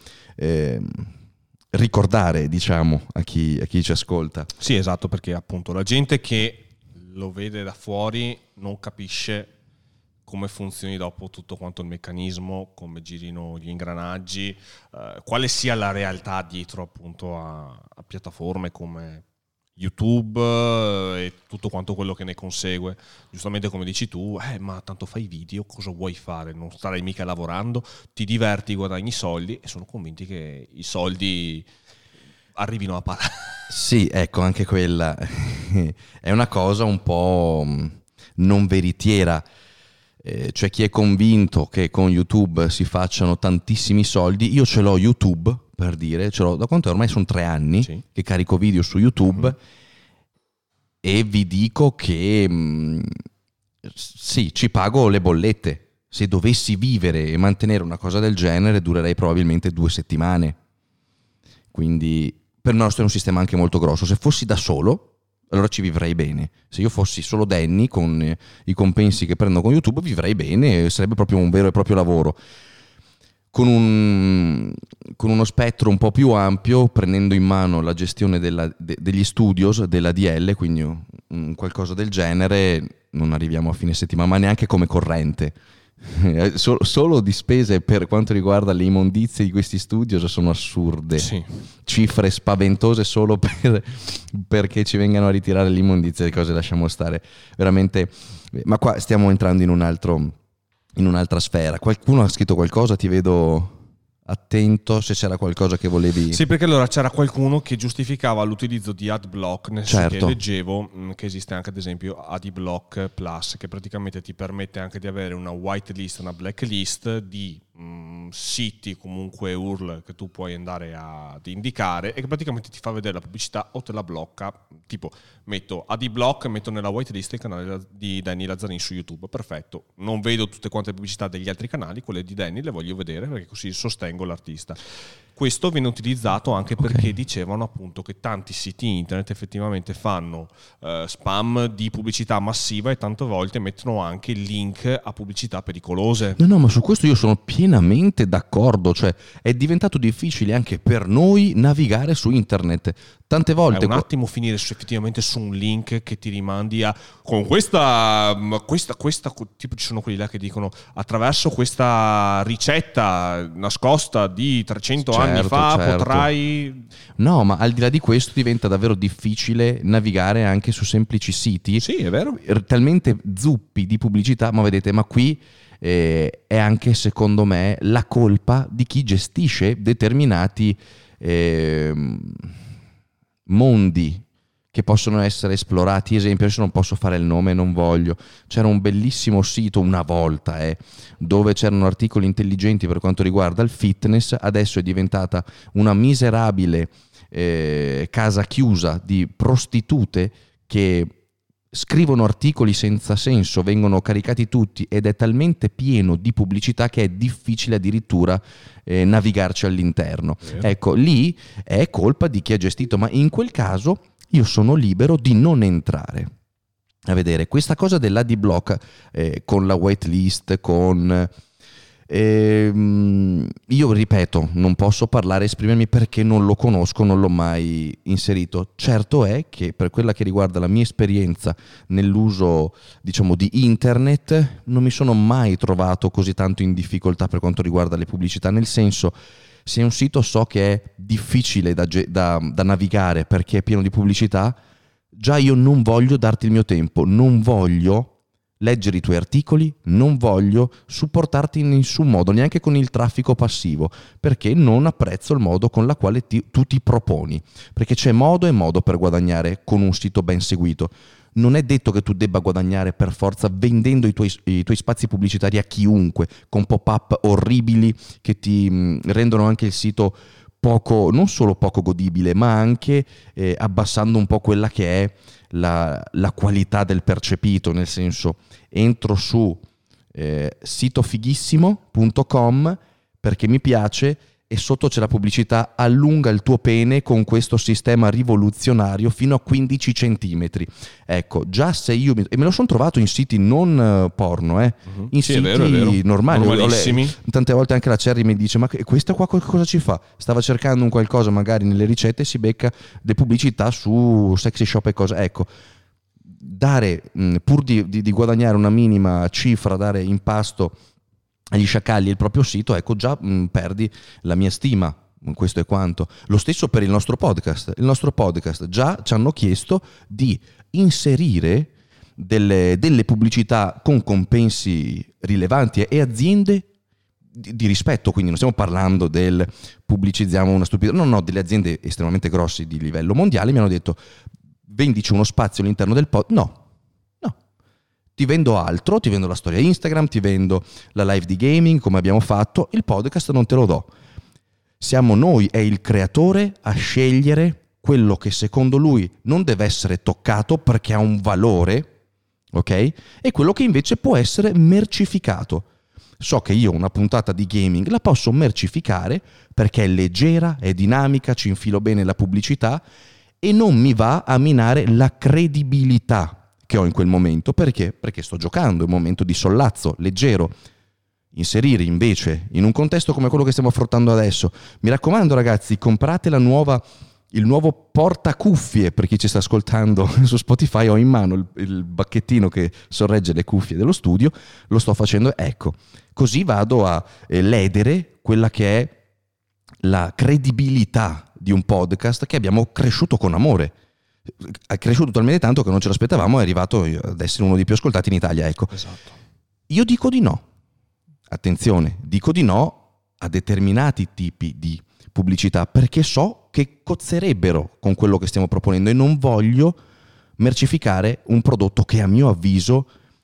ricordare, diciamo, a chi ci ascolta. Sì, esatto, perché appunto la gente che lo vede da fuori non capisce come funzioni dopo tutto quanto il meccanismo, come girino gli ingranaggi, quale sia la realtà dietro appunto a piattaforme come YouTube e tutto quanto quello che ne consegue. Giustamente come dici tu, ma tanto fai video, cosa vuoi fare? Non starai mica lavorando, ti diverti, guadagni soldi, e sono convinti che i soldi arrivino a parare. Sì, ecco, anche quella è una cosa un po' non veritiera. C'è chi è convinto che con YouTube si facciano tantissimi soldi. Io ce l'ho YouTube, per dire, ce l'ho da quanto ormai sono 3 anni, sì, che carico video su YouTube, e vi dico che sì, ci pago le bollette. Se dovessi vivere e mantenere una cosa del genere durerei probabilmente 2 settimane. Quindi per il nostro è un sistema anche molto grosso. Se fossi da solo, allora ci vivrei bene. Se io fossi solo Danny, con i compensi che prendo con YouTube, vivrei bene, sarebbe proprio un vero e proprio lavoro. Con uno spettro un po' più ampio, prendendo in mano la gestione degli studios, dell'ADL, quindi qualcosa del genere, non arriviamo a fine settimana, ma neanche come corrente. Solo di spese per quanto riguarda le immondizie di questi studios sono assurde, sì. Cifre spaventose solo perché ci vengano a ritirare l'immondizia, di cose lasciamo stare veramente. Ma qua stiamo entrando in un'altra sfera. Qualcuno ha scritto qualcosa? Ti vedo attento, se c'era qualcosa che volevi... Sì, perché allora c'era qualcuno che giustificava l'utilizzo di AdBlock, nel senso certo. che leggevo che esiste anche ad esempio AdBlock Plus, che praticamente ti permette anche di avere una whitelist, una blacklist di siti, comunque URL che tu puoi andare ad indicare e che praticamente ti fa vedere la pubblicità o te la blocca. Tipo metto AdBlock, metto nella whitelist il canale di Danny Lazzarin su YouTube, perfetto, non vedo tutte quante le pubblicità degli altri canali, quelle di Danny le voglio vedere perché così sostengo l'artista. Questo viene utilizzato anche perché dicevano appunto che tanti siti internet effettivamente fanno spam di pubblicità massiva e tante volte mettono anche link a pubblicità pericolose. No, ma su questo io sono pienamente d'accordo, cioè è diventato difficile anche per noi navigare su internet. Tante volte... È un attimo finire effettivamente su un link che ti rimandi a... Con questa tipo ci sono quelli là che dicono attraverso questa ricetta nascosta di 300 anni fa potrai... No, ma al di là di questo diventa davvero difficile navigare anche su semplici siti. Sì, è vero. Talmente zuppi di pubblicità, ma vedete, ma qui è anche secondo me la colpa di chi gestisce determinati mondi che possono essere esplorati. Esempio, adesso non posso fare il nome, non voglio. C'era un bellissimo sito una volta dove c'erano articoli intelligenti per quanto riguarda il fitness, adesso è diventata una miserabile casa chiusa di prostitute che scrivono articoli senza senso, vengono caricati tutti ed è talmente pieno di pubblicità che è difficile addirittura navigarci all'interno. Ecco, lì è colpa di chi ha gestito, ma in quel caso io sono libero di non entrare a vedere. Questa cosa dell'AdBlock con la whitelist, con... io ripeto, non posso parlare, esprimermi perché non lo conosco, non l'ho mai inserito. Certo è che per quella che riguarda la mia esperienza nell'uso, diciamo, di internet, non mi sono mai trovato così tanto in difficoltà per quanto riguarda le pubblicità, nel senso, se un sito so che è difficile da navigare perché è pieno di pubblicità, già io non voglio darti il mio tempo, non voglio leggere i tuoi articoli, non voglio supportarti in nessun modo, neanche con il traffico passivo, perché non apprezzo il modo con la quale tu ti proponi, perché c'è modo e modo per guadagnare con un sito ben seguito. Non è detto che tu debba guadagnare per forza vendendo i tuoi spazi pubblicitari a chiunque, con pop-up orribili che ti rendono anche il sito poco, non solo poco godibile, ma anche abbassando un po' quella che è la qualità del percepito, nel senso, entro su sitofighissimo.com perché mi piace e sotto c'è la pubblicità: allunga il tuo pene con questo sistema rivoluzionario fino a 15 centimetri. Ecco, già se io... E me lo sono trovato in siti non porno, in sì, siti è vero. normali. Normalissimi. Tante volte anche la Cherry mi dice: ma questa qua cosa ci fa? Stava cercando un qualcosa magari nelle ricette e si becca le pubblicità su Sexy Shop e cose. Ecco, dare, pur di guadagnare una minima cifra, dare in pasto agli sciacalli il proprio sito, ecco, già perdi la mia stima. Questo è quanto. Lo stesso per il nostro podcast. Il nostro podcast già ci hanno chiesto di inserire delle pubblicità con compensi rilevanti e aziende di rispetto, quindi non stiamo parlando del pubblicizziamo una stupidità, no, delle aziende estremamente grosse di livello mondiale mi hanno detto: vendici uno spazio all'interno del pod. No, ti vendo altro, ti vendo la storia Instagram, ti vendo la live di gaming come abbiamo fatto, il podcast non te lo do. Siamo noi, è il creatore a scegliere quello che secondo lui non deve essere toccato perché ha un valore, ok? E quello che invece può essere mercificato. So che io una puntata di gaming la posso mercificare perché è leggera, è dinamica, ci infilo bene la pubblicità e non mi va a minare la credibilità che ho in quel momento. Perché? Perché sto giocando, è un momento di sollazzo, leggero. Inserire invece in un contesto come quello che stiamo affrontando adesso, mi raccomando ragazzi, comprate il nuovo portacuffie per chi ci sta ascoltando su Spotify. Ho in mano il bacchettino che sorregge le cuffie dello studio, lo sto facendo, ecco, così vado a ledere quella che è la credibilità di un podcast che abbiamo cresciuto con amore. È cresciuto talmente tanto che non ce l'aspettavamo, è arrivato ad essere uno dei più ascoltati in Italia, ecco. Esatto. Io dico di no, attenzione, dico di no a determinati tipi di pubblicità perché so che cozzerebbero con quello che stiamo proponendo e non voglio mercificare un prodotto che a mio avviso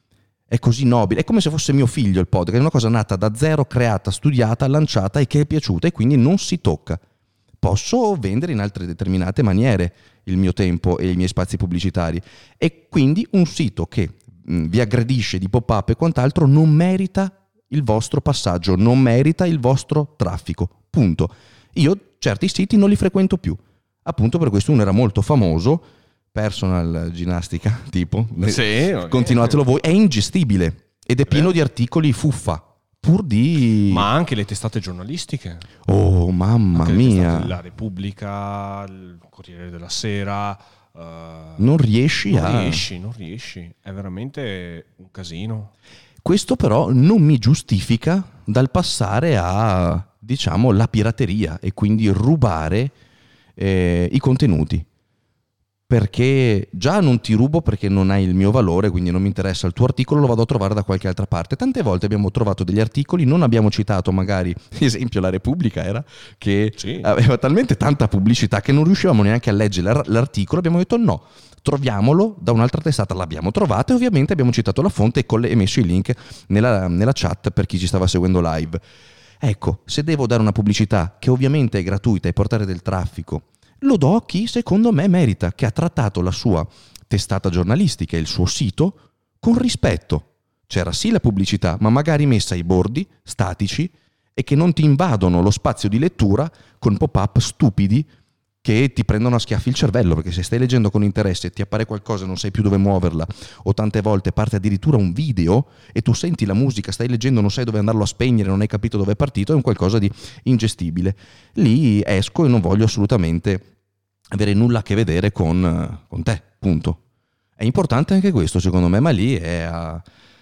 È così nobile, è come se fosse mio figlio il podcast, è una cosa nata da zero, creata, studiata, lanciata e che è piaciuta e quindi non si tocca. Posso vendere in altre determinate maniere il mio tempo e i miei spazi pubblicitari e quindi un sito che vi aggredisce di pop-up e quant'altro non merita il vostro passaggio, non merita il vostro traffico, punto. Io certi siti non li frequento più, appunto per questo uno era molto famoso, personal ginnastica tipo, Sì, continuatelo voi, è ingestibile ed è pieno di articoli fuffa, pur di... Ma anche le testate giornalistiche. Oh, mamma Anche mia. La Repubblica, il Corriere della Sera. Non riesci. Non riesci. È veramente un casino. Questo però non mi giustifica dal passare a, diciamo, la pirateria e quindi rubare i contenuti. Perché già non ti rubo perché non hai il mio valore, quindi non mi interessa il tuo articolo, lo vado a trovare da qualche altra parte. Tante volte abbiamo trovato degli articoli, non abbiamo citato magari, esempio La Repubblica era, che aveva talmente tanta pubblicità che non riuscivamo neanche a leggere l'articolo, abbiamo detto no, troviamolo da un'altra testata, l'abbiamo trovato e ovviamente abbiamo citato la fonte e messo i link nella chat per chi ci stava seguendo live. Ecco, se devo dare una pubblicità che ovviamente è gratuita e portare del traffico, lo do a chi secondo me merita, che ha trattato la sua testata giornalistica e il suo sito con rispetto. C'era sì la pubblicità, ma magari messa ai bordi, statici, e che non ti invadono lo spazio di lettura con pop-up stupidi che ti prendono a schiaffi il cervello, perché se stai leggendo con interesse e ti appare qualcosa e non sai più dove muoverla, o tante volte parte addirittura un video e tu senti la musica, stai leggendo, non sai dove andarlo a spegnere, non hai capito dove è partito, è un qualcosa di ingestibile. Lì esco e non voglio assolutamente avere nulla a che vedere con te, punto. È importante anche questo secondo me, ma lì è a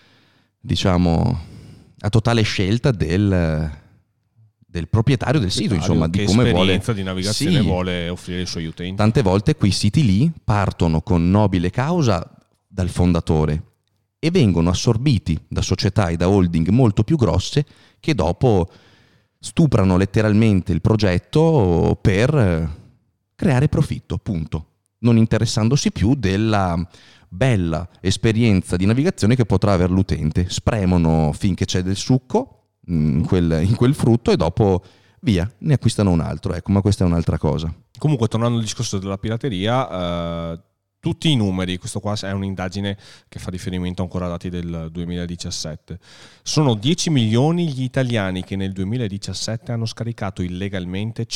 totale scelta del proprietario del sito, insomma, di come vuole. Che esperienza di navigazione vuole offrire ai suoi utenti. Tante volte quei siti lì partono con nobile causa dal fondatore e vengono assorbiti da società e da holding molto più grosse che dopo stuprano letteralmente il progetto per creare profitto, punto, non interessandosi più della bella esperienza di navigazione che potrà avere l'utente. Spremono finché c'è del succo in quel frutto e dopo via, ne acquistano un altro, ecco, ma questa è un'altra cosa. Comunque, tornando al discorso della pirateria, tutti i numeri, questo qua è un'indagine che fa riferimento ancora a dati del 2017, sono 10 milioni gli italiani che nel 2017 hanno scaricato illegalmente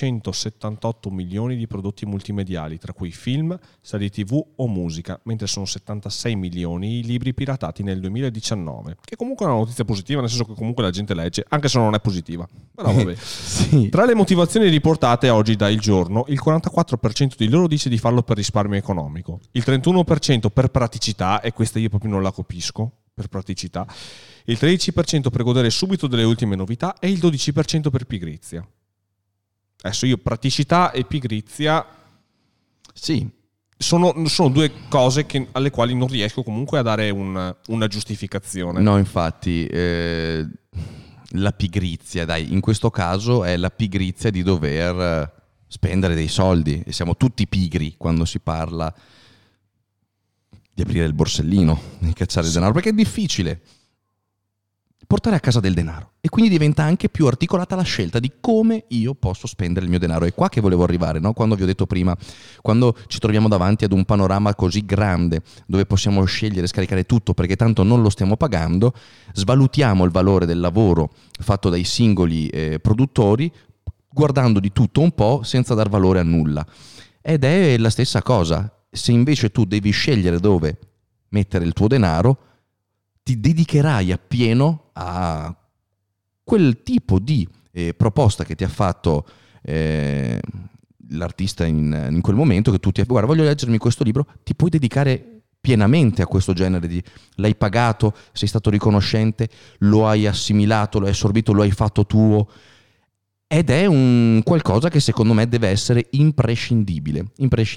578 milioni di prodotti multimediali, tra cui film, serie TV o musica, mentre sono 76 milioni i libri piratati nel 2019, che comunque è una notizia positiva, nel senso che comunque la gente legge, anche se non è positiva. Però vabbè. Sì. Tra le motivazioni riportate oggi da Il Giorno, il 44% di loro dice di farlo per risparmio economico, il 31% per praticità, e questa io proprio non la capisco, per praticità, il 13% per godere subito delle ultime novità e il 12% per pigrizia. Adesso io praticità e pigrizia sì, sono due cose alle quali non riesco comunque a dare una giustificazione. No, infatti la pigrizia, dai, in questo caso è la pigrizia di dover spendere dei soldi, e siamo tutti pigri quando si parla di aprire il borsellino, di cacciare il denaro, perché è difficile portare a casa del denaro e quindi diventa anche più articolata la scelta di come io posso spendere il mio denaro. È qua che volevo arrivare, no? Quando vi ho detto prima, quando ci troviamo davanti ad un panorama così grande dove possiamo scegliere, scaricare tutto perché tanto non lo stiamo pagando, svalutiamo il valore del lavoro fatto dai singoli produttori guardando di tutto un po' senza dar valore a nulla. Ed è la stessa cosa. Se invece tu devi scegliere dove mettere il tuo denaro, ti dedicherai appieno a quel tipo di proposta che ti ha fatto l'artista in quel momento, che tu ti guarda, voglio leggermi questo libro, ti puoi dedicare pienamente a questo genere di l'hai pagato, sei stato riconoscente, lo hai assimilato, lo hai assorbito, lo hai fatto tuo. Ed è un qualcosa che secondo me deve essere imprescindibile,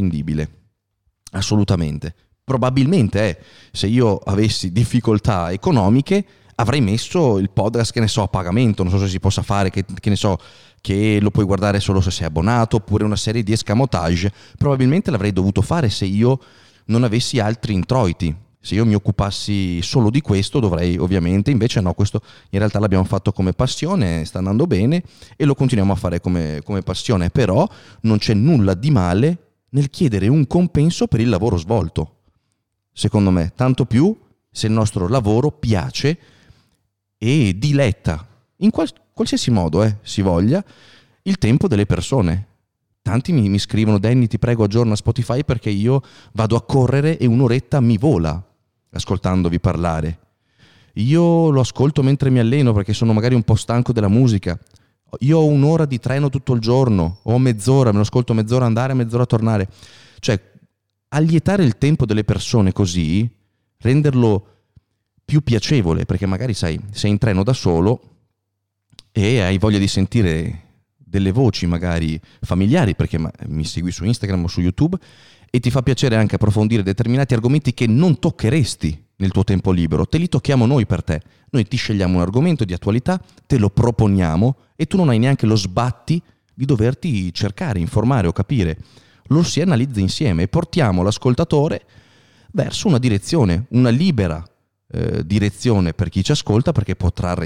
assolutamente. Probabilmente se io avessi difficoltà economiche avrei messo il podcast, che ne so, a pagamento, non so se si possa fare, che ne so, che lo puoi guardare solo se sei abbonato, oppure una serie di escamotage. Probabilmente l'avrei dovuto fare se io non avessi altri introiti. Se io mi occupassi solo di questo dovrei, ovviamente, invece no, questo in realtà l'abbiamo fatto come passione, sta andando bene e lo continuiamo a fare come passione, però non c'è nulla di male nel chiedere un compenso per il lavoro svolto, secondo me, tanto più se il nostro lavoro piace e diletta, in qualsiasi modo si voglia, il tempo delle persone. Tanti mi scrivono: Danny, ti prego aggiorna Spotify perché io vado a correre e un'oretta mi vola ascoltandovi parlare. Io lo ascolto mentre mi alleno perché sono magari un po' stanco della musica. Io ho un'ora di treno tutto il giorno, ho mezz'ora, me lo ascolto mezz'ora andare, mezz'ora tornare. Cioè, allietare il tempo delle persone così, renderlo più piacevole, perché magari sai, sei in treno da solo e hai voglia di sentire delle voci magari familiari perché mi segui su Instagram o su YouTube e ti fa piacere anche approfondire determinati argomenti che non toccheresti nel tuo tempo libero, te li tocchiamo noi per te. Noi ti scegliamo un argomento di attualità, te lo proponiamo e tu non hai neanche lo sbatti di doverti cercare, informare o capire. Lo si analizza insieme e portiamo l'ascoltatore verso una direzione, una libera direzione per chi ci ascolta, perché può trarre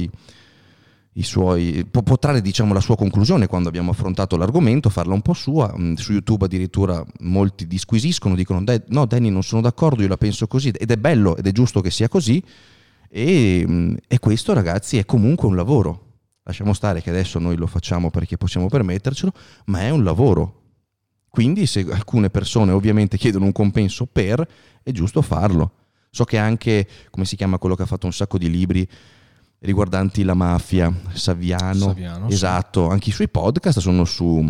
può trarre, diciamo, la sua conclusione quando abbiamo affrontato l'argomento, farla un po' sua. Su YouTube addirittura molti disquisiscono, dicono no Danny, non sono d'accordo, io la penso così, ed è bello ed è giusto che sia così, e questo, ragazzi, è comunque un lavoro. Lasciamo stare che adesso noi lo facciamo perché possiamo permettercelo, ma è un lavoro. Quindi se alcune persone ovviamente chiedono un compenso è giusto farlo. So che anche, come si chiama quello che ha fatto un sacco di libri riguardanti la mafia, Saviano, esatto, sì. Anche i suoi podcast sono su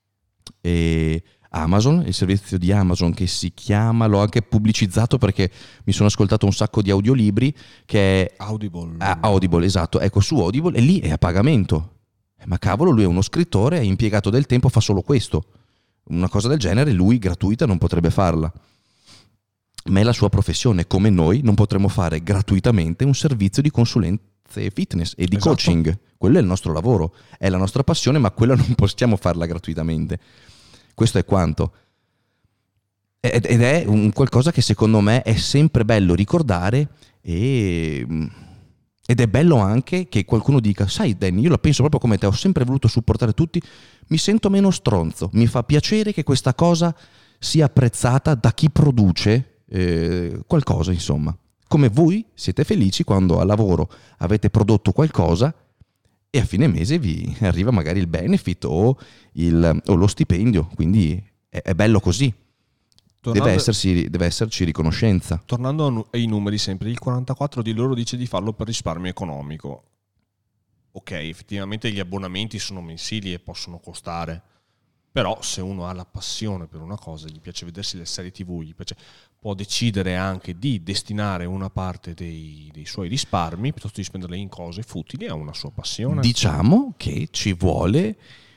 Amazon, il servizio di Amazon che si chiama, l'ho anche pubblicizzato perché mi sono ascoltato un sacco di audiolibri, che è Audible, esatto, ecco, su Audible, e lì è a pagamento. Ma cavolo, lui è uno scrittore, è impiegato del tempo, fa solo questo. Una cosa del genere lui gratuita non potrebbe farla. Ma è la sua professione, come noi non potremmo fare gratuitamente un servizio di consulenze fitness e di coaching. Quello è il nostro lavoro, è la nostra passione, ma quella non possiamo farla gratuitamente. Questo è quanto. Ed è un qualcosa che secondo me è sempre bello ricordare, ed è bello anche che qualcuno dica: sai Danny, io la penso proprio come te, ho sempre voluto supportare tutti, mi sento meno stronzo, mi fa piacere che questa cosa sia apprezzata da chi produce qualcosa, insomma. Come voi siete felici quando a lavoro avete prodotto qualcosa e a fine mese vi arriva magari il benefit o lo stipendio, quindi è bello così. Deve esserci riconoscenza. Tornando ai numeri sempre, il 44% di loro dice di farlo per risparmio economico. Ok, effettivamente gli abbonamenti sono mensili e possono costare, però se uno ha la passione per una cosa, gli piace vedersi le serie TV, può decidere anche di destinare una parte dei suoi risparmi piuttosto di spenderle in cose futili a una sua passione. Diciamo che ci vuole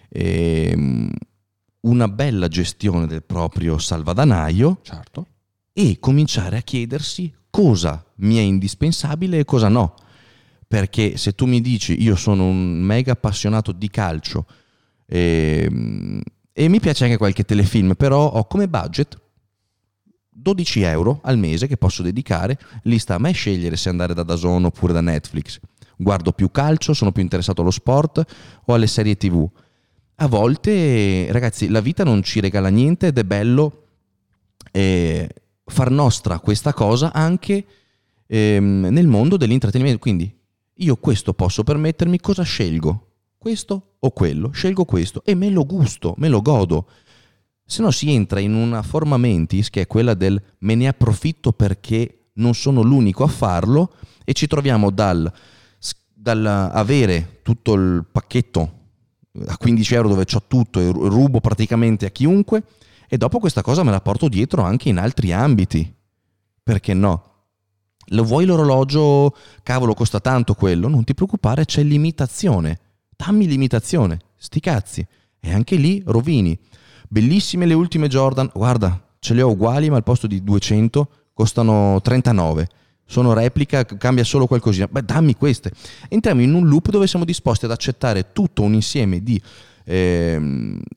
una bella gestione del proprio salvadanaio, certo, e cominciare a chiedersi cosa mi è indispensabile e cosa no. Perché se tu mi dici io sono un mega appassionato di calcio e mi piace anche qualche telefilm, però ho come budget 12 euro al mese che posso dedicare, lì sta a me scegliere se andare da DAZN oppure da Netflix. Guardo più calcio, sono più interessato allo sport o alle serie TV. A volte, ragazzi, la vita non ci regala niente ed è bello far nostra questa cosa anche nel mondo dell'intrattenimento. Quindi io questo posso permettermi, cosa scelgo? Questo o quello? Scelgo questo e me lo gusto, me lo godo. Se no si entra in una forma mentis che è quella del me ne approfitto perché non sono l'unico a farlo, e ci troviamo dal avere tutto il pacchetto a 15 euro dove c'ho tutto e rubo praticamente a chiunque, e dopo questa cosa me la porto dietro anche in altri ambiti. Perché no? Lo vuoi l'orologio? Cavolo, costa tanto quello? Non ti preoccupare, c'è limitazione. Dammi limitazione, sti cazzi. E anche lì rovini. Bellissime le ultime Jordan, guarda, ce le ho uguali ma al posto di 200 costano 39. Sono replica, cambia solo qualcosina. Beh, dammi queste. Entriamo in un loop dove siamo disposti ad accettare tutto un insieme di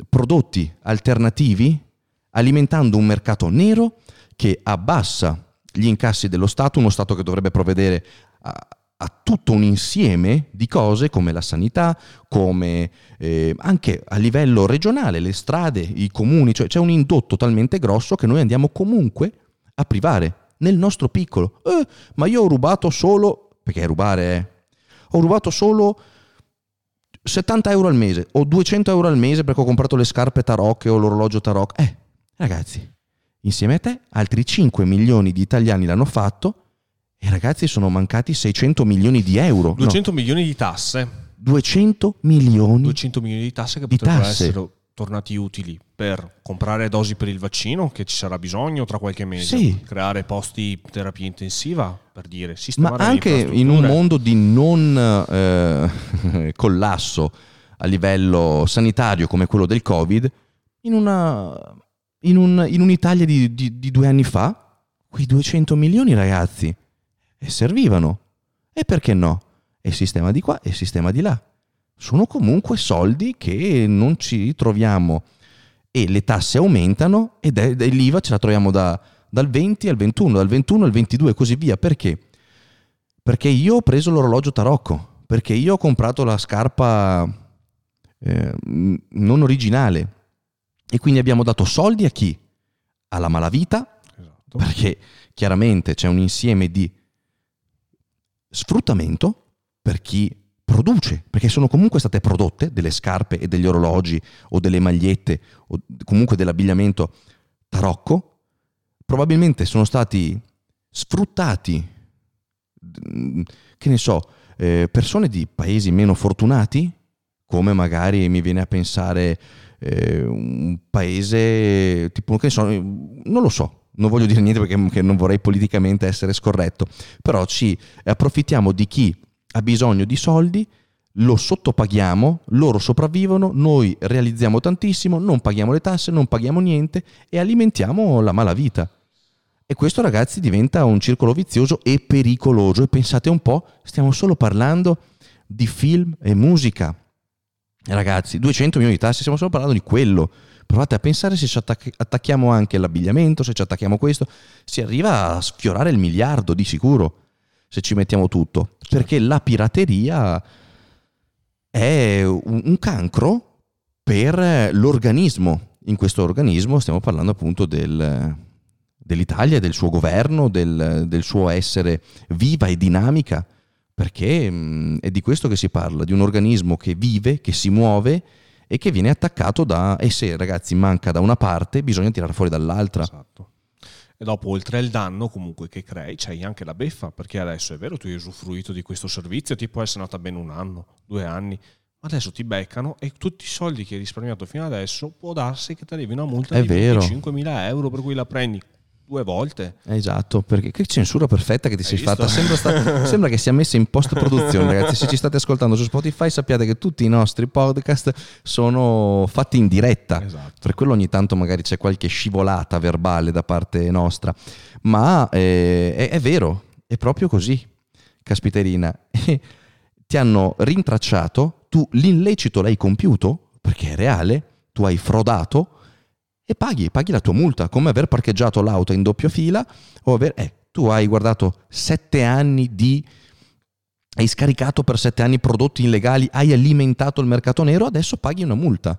prodotti alternativi, alimentando un mercato nero che abbassa gli incassi dello Stato, uno Stato che dovrebbe provvedere a tutto un insieme di cose come la sanità, come anche a livello regionale, le strade, i comuni, cioè c'è un indotto talmente grosso che noi andiamo comunque a privare nel nostro piccolo. Ma io ho rubato solo, perché rubare ho rubato solo 70 euro al mese o 200 euro al mese perché ho comprato le scarpe Tarocche o l'orologio Tarocche. Ragazzi, insieme a te altri 5 milioni di italiani l'hanno fatto e ragazzi sono mancati 600 milioni di euro. 200 milioni di tasse. 200 milioni di tasse che potrebbero essere tornati utili per comprare dosi per il vaccino, che ci sarà bisogno tra qualche mese, sì. Creare posti terapia intensiva, per dire, sistemare ma anche in un mondo di non collasso a livello sanitario come quello del Covid, in un'Italia di 2 anni fa, quei 200 milioni ragazzi servivano. E perché no? E sistema di qua e sistema di là. Sono comunque soldi che non ci troviamo e le tasse aumentano e l'IVA ce la troviamo dal 20 al 21, dal 21 al 22 e così via. Perché? Perché io ho preso l'orologio Tarocco, perché io ho comprato la scarpa non originale e quindi abbiamo dato soldi a chi? Alla malavita, esatto. Perché chiaramente c'è un insieme di sfruttamento per chi produce, perché sono comunque state prodotte delle scarpe e degli orologi o delle magliette o comunque dell'abbigliamento Tarocco, probabilmente sono stati sfruttati, che ne so, persone di paesi meno fortunati, come magari mi viene a pensare un paese tipo, che ne so, non lo so, non voglio dire niente perché non vorrei politicamente essere scorretto, però ci approfittiamo di chi ha bisogno di soldi, lo sottopaghiamo, loro sopravvivono, noi realizziamo tantissimo, non paghiamo le tasse, non paghiamo niente e alimentiamo la malavita. E questo ragazzi diventa un circolo vizioso e pericoloso. E pensate un po', stiamo solo parlando di film e musica. Ragazzi, 200 milioni di tasse, stiamo solo parlando di quello. Provate a pensare se ci attacchiamo anche l'abbigliamento, se ci attacchiamo questo, si arriva a sfiorare il miliardo di sicuro. Se ci mettiamo tutto, perché la pirateria è un cancro per l'organismo. In questo organismo stiamo parlando appunto dell'Italia, del suo governo, del suo essere viva e dinamica, perché è di questo che si parla, di un organismo che vive, che si muove e che viene attaccato e se ragazzi manca da una parte bisogna tirare fuori dall'altra. Esatto. E dopo, oltre al danno comunque che crei, c'hai anche la beffa, perché adesso è vero, tu hai usufruito di questo servizio, ti può essere andata bene 1 anno, 2 anni, ma adesso ti beccano e tutti i soldi che hai risparmiato fino adesso può darsi che ti arrivi una multa di 25.000 euro, per cui la prendi 2 volte. Esatto, perché che censura perfetta che ti sei fatta. Sembra che sia messa in post-produzione, ragazzi. Se ci state ascoltando su Spotify sappiate che tutti i nostri podcast sono fatti in diretta. Esatto. Per quello ogni tanto magari c'è qualche scivolata verbale da parte nostra. Ma è vero, è proprio così, caspiterina. Ti hanno rintracciato, tu l'illecito l'hai compiuto, perché è reale, tu hai frodato, e paghi la tua multa, come aver parcheggiato l'auto in doppia fila o tu hai guardato 7 anni hai scaricato per 7 anni prodotti illegali, hai alimentato il mercato nero, adesso paghi una multa.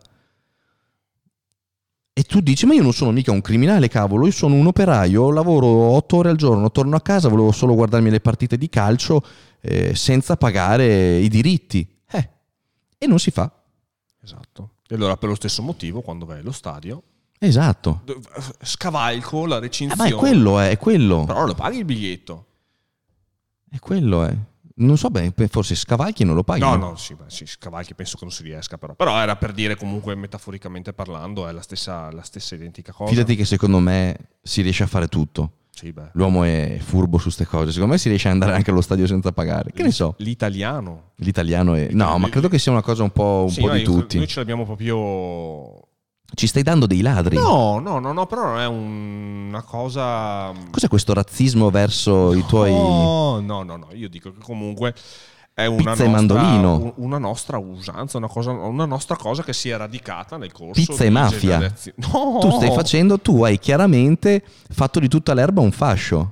E tu dici, ma io non sono mica un criminale, cavolo, io sono un operaio, lavoro 8 ore al giorno, torno a casa, volevo solo guardarmi le partite di calcio senza pagare i diritti. E non si fa. Esatto. E allora per lo stesso motivo, quando vai allo stadio, esatto, scavalco la recinzione. Ma è quello. Però lo paghi il biglietto. È quello. Non so bene, forse scavalchi non lo paghi. No, sì, scavalchi penso che non si riesca, però era per dire, comunque metaforicamente parlando, è la stessa identica cosa. Fidati che secondo me si riesce a fare tutto. Sì, beh. L'uomo è furbo su ste cose. Secondo me si riesce ad andare anche allo stadio senza pagare. Che ne so? L'italiano è... No, ma credo che sia una cosa un po' di tutti. Noi ce l'abbiamo proprio... Ci stai dando dei ladri? No, però non è una cosa... Cos'è questo razzismo verso i tuoi... No, io dico che comunque è una nostra usanza, una nostra cosa che si è radicata nel corso pizza e mafia. No! Tu hai chiaramente fatto di tutta l'erba un fascio.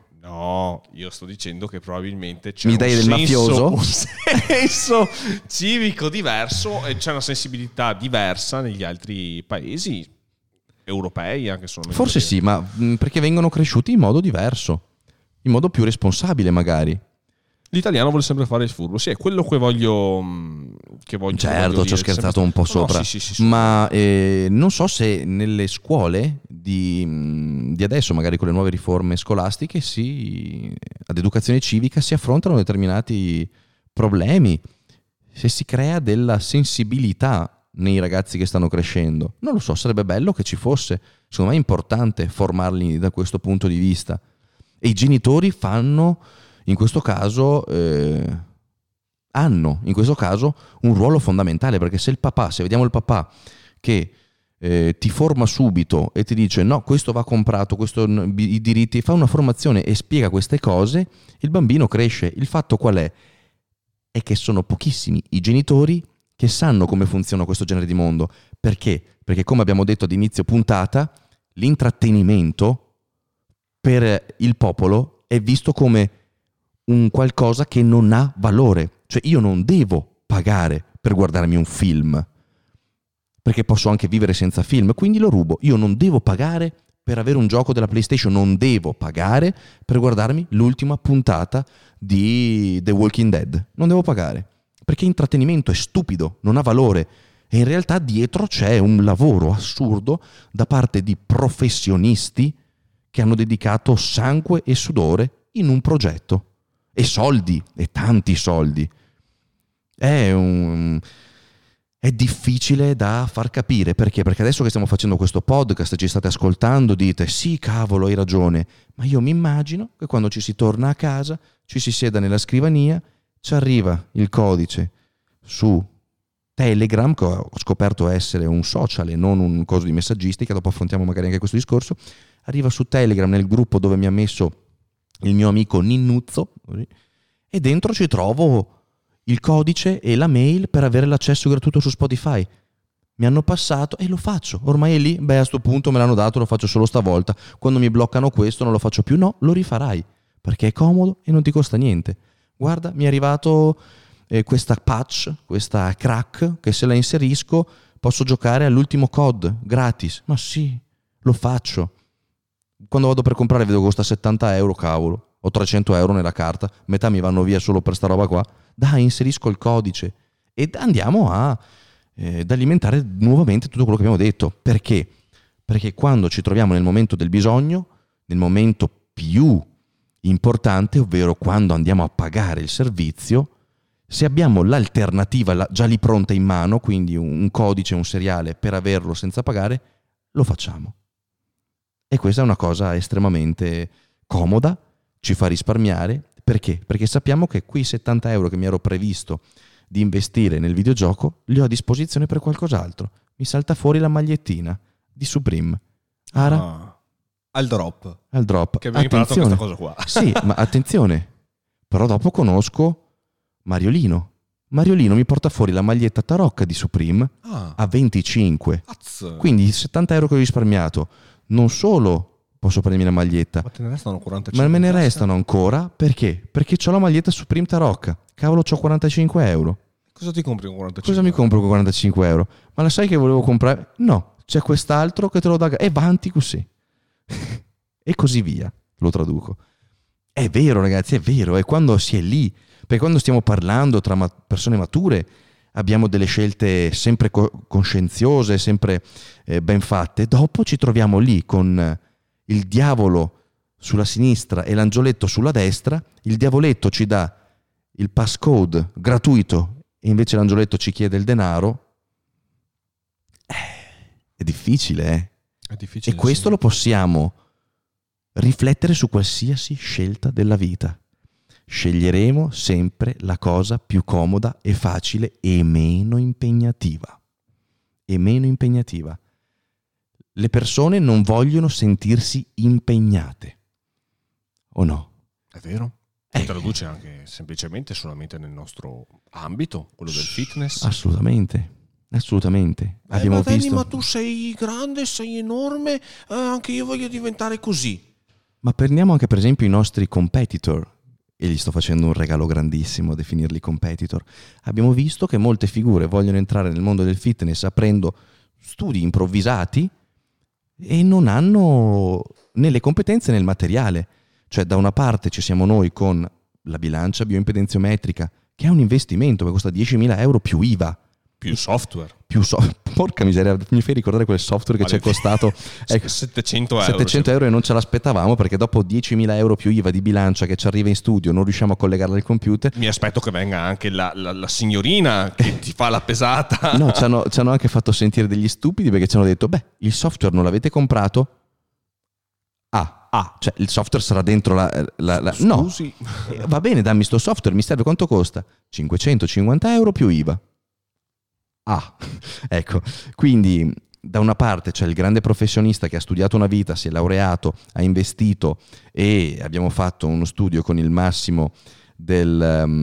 No, io sto dicendo che probabilmente c'è Mi dai del mafioso? un senso civico diverso e c'è una sensibilità diversa negli altri paesi europei, anche solamente. Forse sì, ma perché vengono cresciuti in modo diverso, in modo più responsabile magari. L'italiano vuole sempre fare il furbo, sì, è quello che voglio Certo, ci ho scherzato un po' sopra, sì. ma non so se nelle scuole di adesso, magari con le nuove riforme scolastiche, ad educazione civica si affrontano determinati problemi, se si crea della sensibilità nei ragazzi che stanno crescendo. Non lo so, sarebbe bello che ci fosse, secondo me è importante formarli da questo punto di vista. E i genitori fanno, in questo caso, hanno in questo caso un ruolo fondamentale, perché se vediamo il papà che ti forma subito e ti dice no, questo va comprato, i diritti, fa una formazione e spiega queste cose, il bambino cresce. Il fatto qual è? È che sono pochissimi i genitori che sanno come funziona questo genere di mondo. Perché? Perché, come abbiamo detto ad inizio puntata, l'intrattenimento per il popolo è visto come un qualcosa che non ha valore. Cioè io non devo pagare per guardarmi un film, perché posso anche vivere senza film, quindi lo rubo. Io non devo pagare per avere un gioco della PlayStation, non devo pagare per guardarmi l'ultima puntata di The Walking Dead. Non devo pagare, perché intrattenimento è stupido, non ha valore. E in realtà dietro c'è un lavoro assurdo da parte di professionisti che hanno dedicato sangue e sudore in un progetto. E soldi, e tanti soldi. È difficile da far capire. Perché? Perché adesso che stiamo facendo questo podcast, ci state ascoltando, dite sì, cavolo, hai ragione. Ma io mi immagino che quando ci si torna a casa, ci si sieda nella scrivania, ci arriva il codice su Telegram, che ho scoperto essere un social e non un coso di messaggistica, dopo affrontiamo magari anche questo discorso, arriva su Telegram nel gruppo dove mi ha messo il mio amico Ninnuzzo, e dentro ci trovo il codice e la mail per avere l'accesso gratuito su Spotify. Mi hanno passato e lo faccio. Ormai è lì, a sto punto me l'hanno dato, lo faccio solo stavolta. Quando mi bloccano questo non lo faccio più. No, lo rifarai, perché è comodo e non ti costa niente. Guarda, mi è arrivato questa patch, questa crack, che se la inserisco posso giocare all'ultimo COD gratis. Ma sì, lo faccio. Quando vado per comprare vedo che costa 70 euro, cavolo, ho 300 euro nella carta, metà mi vanno via solo per sta roba qua. Dai, inserisco il codice e andiamo ad alimentare nuovamente tutto quello che abbiamo detto. Perché? Perché quando ci troviamo nel momento del bisogno, nel momento più importante, ovvero quando andiamo a pagare il servizio, se abbiamo l'alternativa già lì pronta in mano, quindi un codice, un seriale per averlo senza pagare, lo facciamo. E questa è una cosa estremamente comoda, ci fa risparmiare. Perché? Perché sappiamo che quei 70 euro che mi ero previsto di investire nel videogioco li ho a disposizione per qualcos'altro. Mi salta fuori la magliettina di Supreme. Al drop. Che abbiamo imparato questa cosa qua. Sì, ma attenzione. Però dopo conosco Mariolino. Mariolino mi porta fuori la maglietta tarocca di Supreme a 25. Quindi 70 euro che ho risparmiato. Non solo posso prendermi la maglietta, ma te ne restano 45, ma me ne restano ancora. Perché? Perché c'ho la maglietta Supreme tarocca. Cavolo, c'ho 45 euro. Cosa ti compri con 45 Cosa mi compro con 45 euro? Ma la sai che volevo comprare? No, c'è quest'altro che te lo dà e avanti così. E così via, lo traduco. È vero ragazzi, è vero. È quando si è lì, perché quando stiamo parlando tra persone mature abbiamo delle scelte sempre coscienziose, sempre ben fatte. Dopo ci troviamo lì con il diavolo sulla sinistra e l'angioletto sulla destra. Il diavoletto ci dà il passcode gratuito e invece l'angioletto ci chiede il denaro. È difficile, eh? È difficile. E questo lo possiamo riflettere su qualsiasi scelta della vita. Sceglieremo sempre la cosa più comoda e facile e meno impegnativa. E meno impegnativa. Le persone non vogliono sentirsi impegnate. O no? È vero. Si traduce anche semplicemente solamente nel nostro ambito, quello del fitness. Assolutamente. Abbiamo visto. Ma tu sei grande, sei enorme, anche io voglio diventare così. Ma prendiamo anche per esempio i nostri competitor, e gli sto facendo un regalo grandissimo a definirli competitor. Abbiamo visto che molte figure vogliono entrare nel mondo del fitness aprendo studi improvvisati e non hanno né le competenze né il materiale. Cioè, da una parte ci siamo noi con la bilancia bioimpedenziometrica, che è un investimento che costa 10.000 euro più IVA. Più software. Porca miseria, mi fai ricordare quel software che ci è costato 700 euro. 700 euro e non ce l'aspettavamo, perché dopo 10.000 euro più IVA di bilancia che ci arriva in studio non riusciamo a collegarla al computer. Mi aspetto che venga anche la signorina che ti fa la pesata. No, ci hanno anche fatto sentire degli stupidi, perché ci hanno detto: beh, il software non l'avete comprato? Cioè il software sarà dentro la... Scusi. No, va bene, dammi sto software, mi serve, quanto costa? 550 euro più IVA. Ecco, quindi da una parte c'è il grande professionista che ha studiato una vita, si è laureato, ha investito, e abbiamo fatto uno studio con il massimo di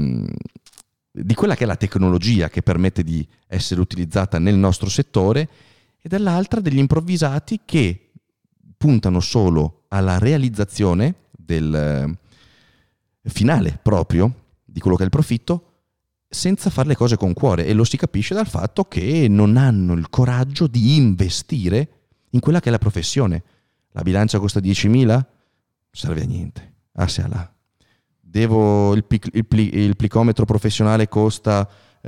quella che è la tecnologia che permette di essere utilizzata nel nostro settore, e dall'altra degli improvvisati che puntano solo alla realizzazione del finale proprio di quello che è il profitto, senza fare le cose con cuore, e lo si capisce dal fatto che non hanno il coraggio di investire in quella che è la professione. La bilancia costa 10.000? Serve a niente. Se là. Devo il plicometro professionale costa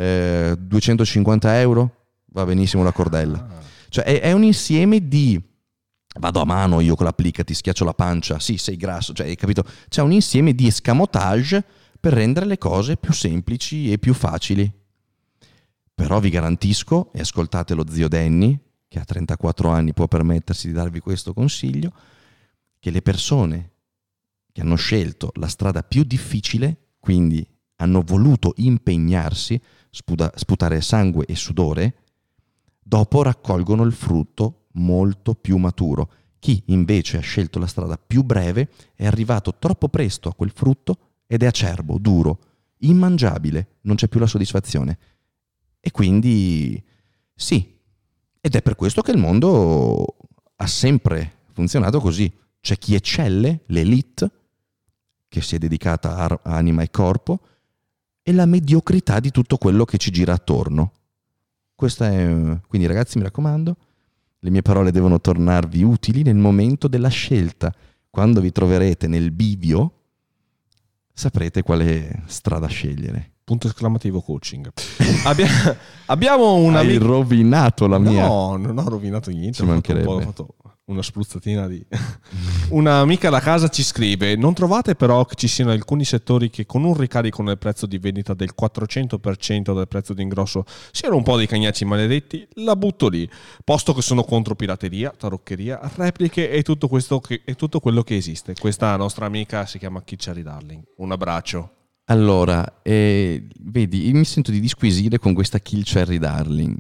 250 euro? Va benissimo la cordella. Cioè è un insieme di... Vado a mano io con l'applica, ti schiaccio la pancia, sì, sei grasso, cioè, hai capito? C'è un insieme di escamotage per rendere le cose più semplici e più facili. Però vi garantisco, e ascoltate lo zio Danny, che a 34 anni può permettersi di darvi questo consiglio, che le persone che hanno scelto la strada più difficile, quindi hanno voluto impegnarsi, sputare sangue e sudore, dopo raccolgono il frutto molto più maturo. Chi invece ha scelto la strada più breve è arrivato troppo presto a quel frutto ed è acerbo, duro, immangiabile, non c'è più la soddisfazione. E quindi sì, ed è per questo che il mondo ha sempre funzionato così. C'è chi eccelle, l'elite, che si è dedicata a anima e corpo, e la mediocrità di tutto quello che ci gira attorno. Quindi ragazzi, mi raccomando, le mie parole devono tornarvi utili nel momento della scelta. Quando vi troverete nel bivio, saprete quale strada scegliere. Punto esclamativo coaching. Abbiamo una... Hai rovinato la mia... No, non ho rovinato niente. Ci mancherebbe. Ho fatto una spruzzatina di... Un'amica da casa ci scrive: non trovate però che ci siano alcuni settori che con un ricarico nel prezzo di vendita del 400% del prezzo di ingrosso siano un po' dei cagnacci maledetti? La butto lì, posto che sono contro pirateria, taroccheria, repliche e tutto quello che esiste. Questa nostra amica si chiama Cherry Darling. Un abbraccio. Allora, vedi, mi sento di disquisire con questa Cherry Darling.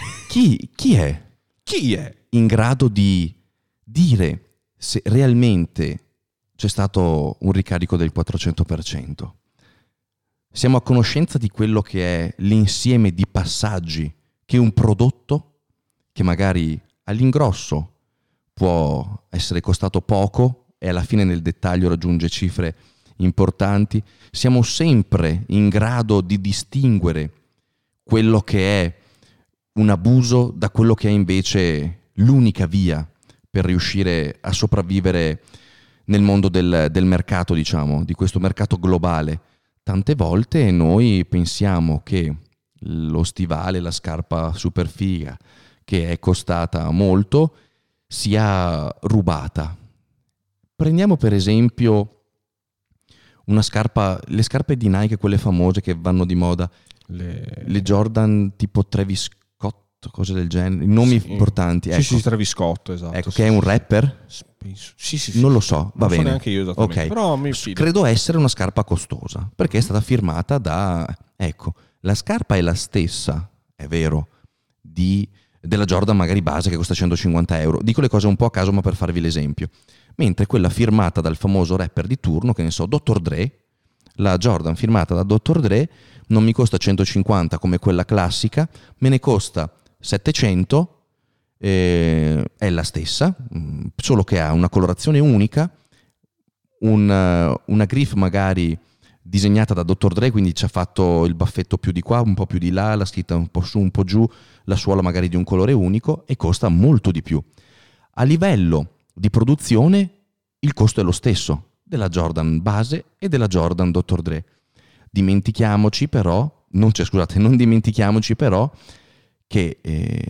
Chi è? Chi è in grado di dire se realmente c'è stato un ricarico del 400%? Siamo a conoscenza di quello che è l'insieme di passaggi che un prodotto, che magari all'ingrosso può essere costato poco e alla fine nel dettaglio raggiunge cifre importanti, siamo sempre in grado di distinguere quello che è un abuso da quello che è invece l'unica via per riuscire a sopravvivere nel mondo del mercato, diciamo, di questo mercato globale. Tante volte noi pensiamo che lo stivale, la scarpa super figa, che è costata molto, sia rubata. Prendiamo per esempio una scarpa, le scarpe di Nike, quelle famose che vanno di moda, le Jordan tipo Travis Scott, cose del genere, nomi importanti. Ecco. Sì, Travis Scott, esatto. Ecco, che è un rapper? Sì. Non lo so, va non bene. So neanche io esattamente, okay. Però mi fido. Credo essere una scarpa costosa, perché è stata firmata da... Ecco, la scarpa è la stessa, è vero, della Jordan magari base che costa 150 euro. Dico le cose un po' a caso ma per farvi l'esempio. Mentre quella firmata dal famoso rapper di turno, che ne so, Dr. Dre, la Jordan firmata da Dr. Dre non mi costa 150 come quella classica, me ne costa 700, è la stessa, solo che ha una colorazione unica, una griffe magari disegnata da Dr. Dre, quindi ci ha fatto il baffetto più di qua, un po' più di là, la scritta un po' su, un po' giù, la suola magari di un colore unico, e costa molto di più. A livello di produzione il costo è lo stesso della Jordan base e della Jordan Dr. Dre. Non dimentichiamoci però che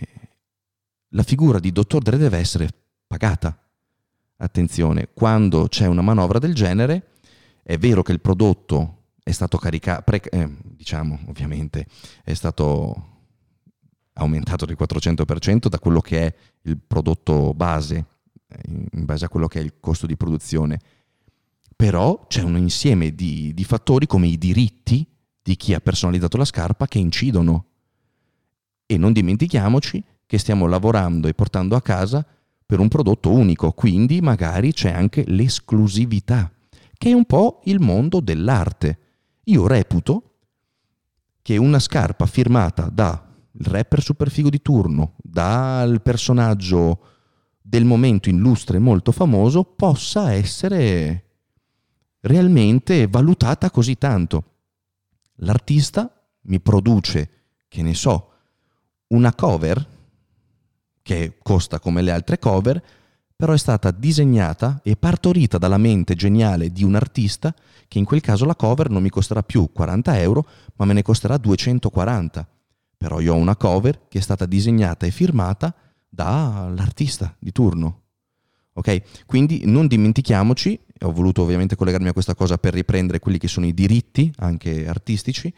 la figura di Dr. Dre deve essere pagata. Attenzione, quando c'è una manovra del genere, è vero che il prodotto è stato caricato, ovviamente è stato aumentato del 400% da quello che è il prodotto base, in base a quello che è il costo di produzione. Però c'è un insieme di fattori come i diritti di chi ha personalizzato la scarpa che incidono. E non dimentichiamoci che stiamo lavorando e portando a casa per un prodotto unico, quindi magari c'è anche l'esclusività, che è un po' il mondo dell'arte. Io reputo che una scarpa firmata dal rapper super figo di turno, dal personaggio del momento illustre molto famoso, possa essere realmente valutata così tanto. L'artista mi produce, che ne so, una cover che costa come le altre cover, però è stata disegnata e partorita dalla mente geniale di un artista, che in quel caso la cover non mi costerà più 40 euro, ma me ne costerà 240. Però io ho una cover che è stata disegnata e firmata dall'artista di turno. Ok? Quindi non dimentichiamoci, ho voluto ovviamente collegarmi a questa cosa per riprendere quelli che sono i diritti, anche artistici,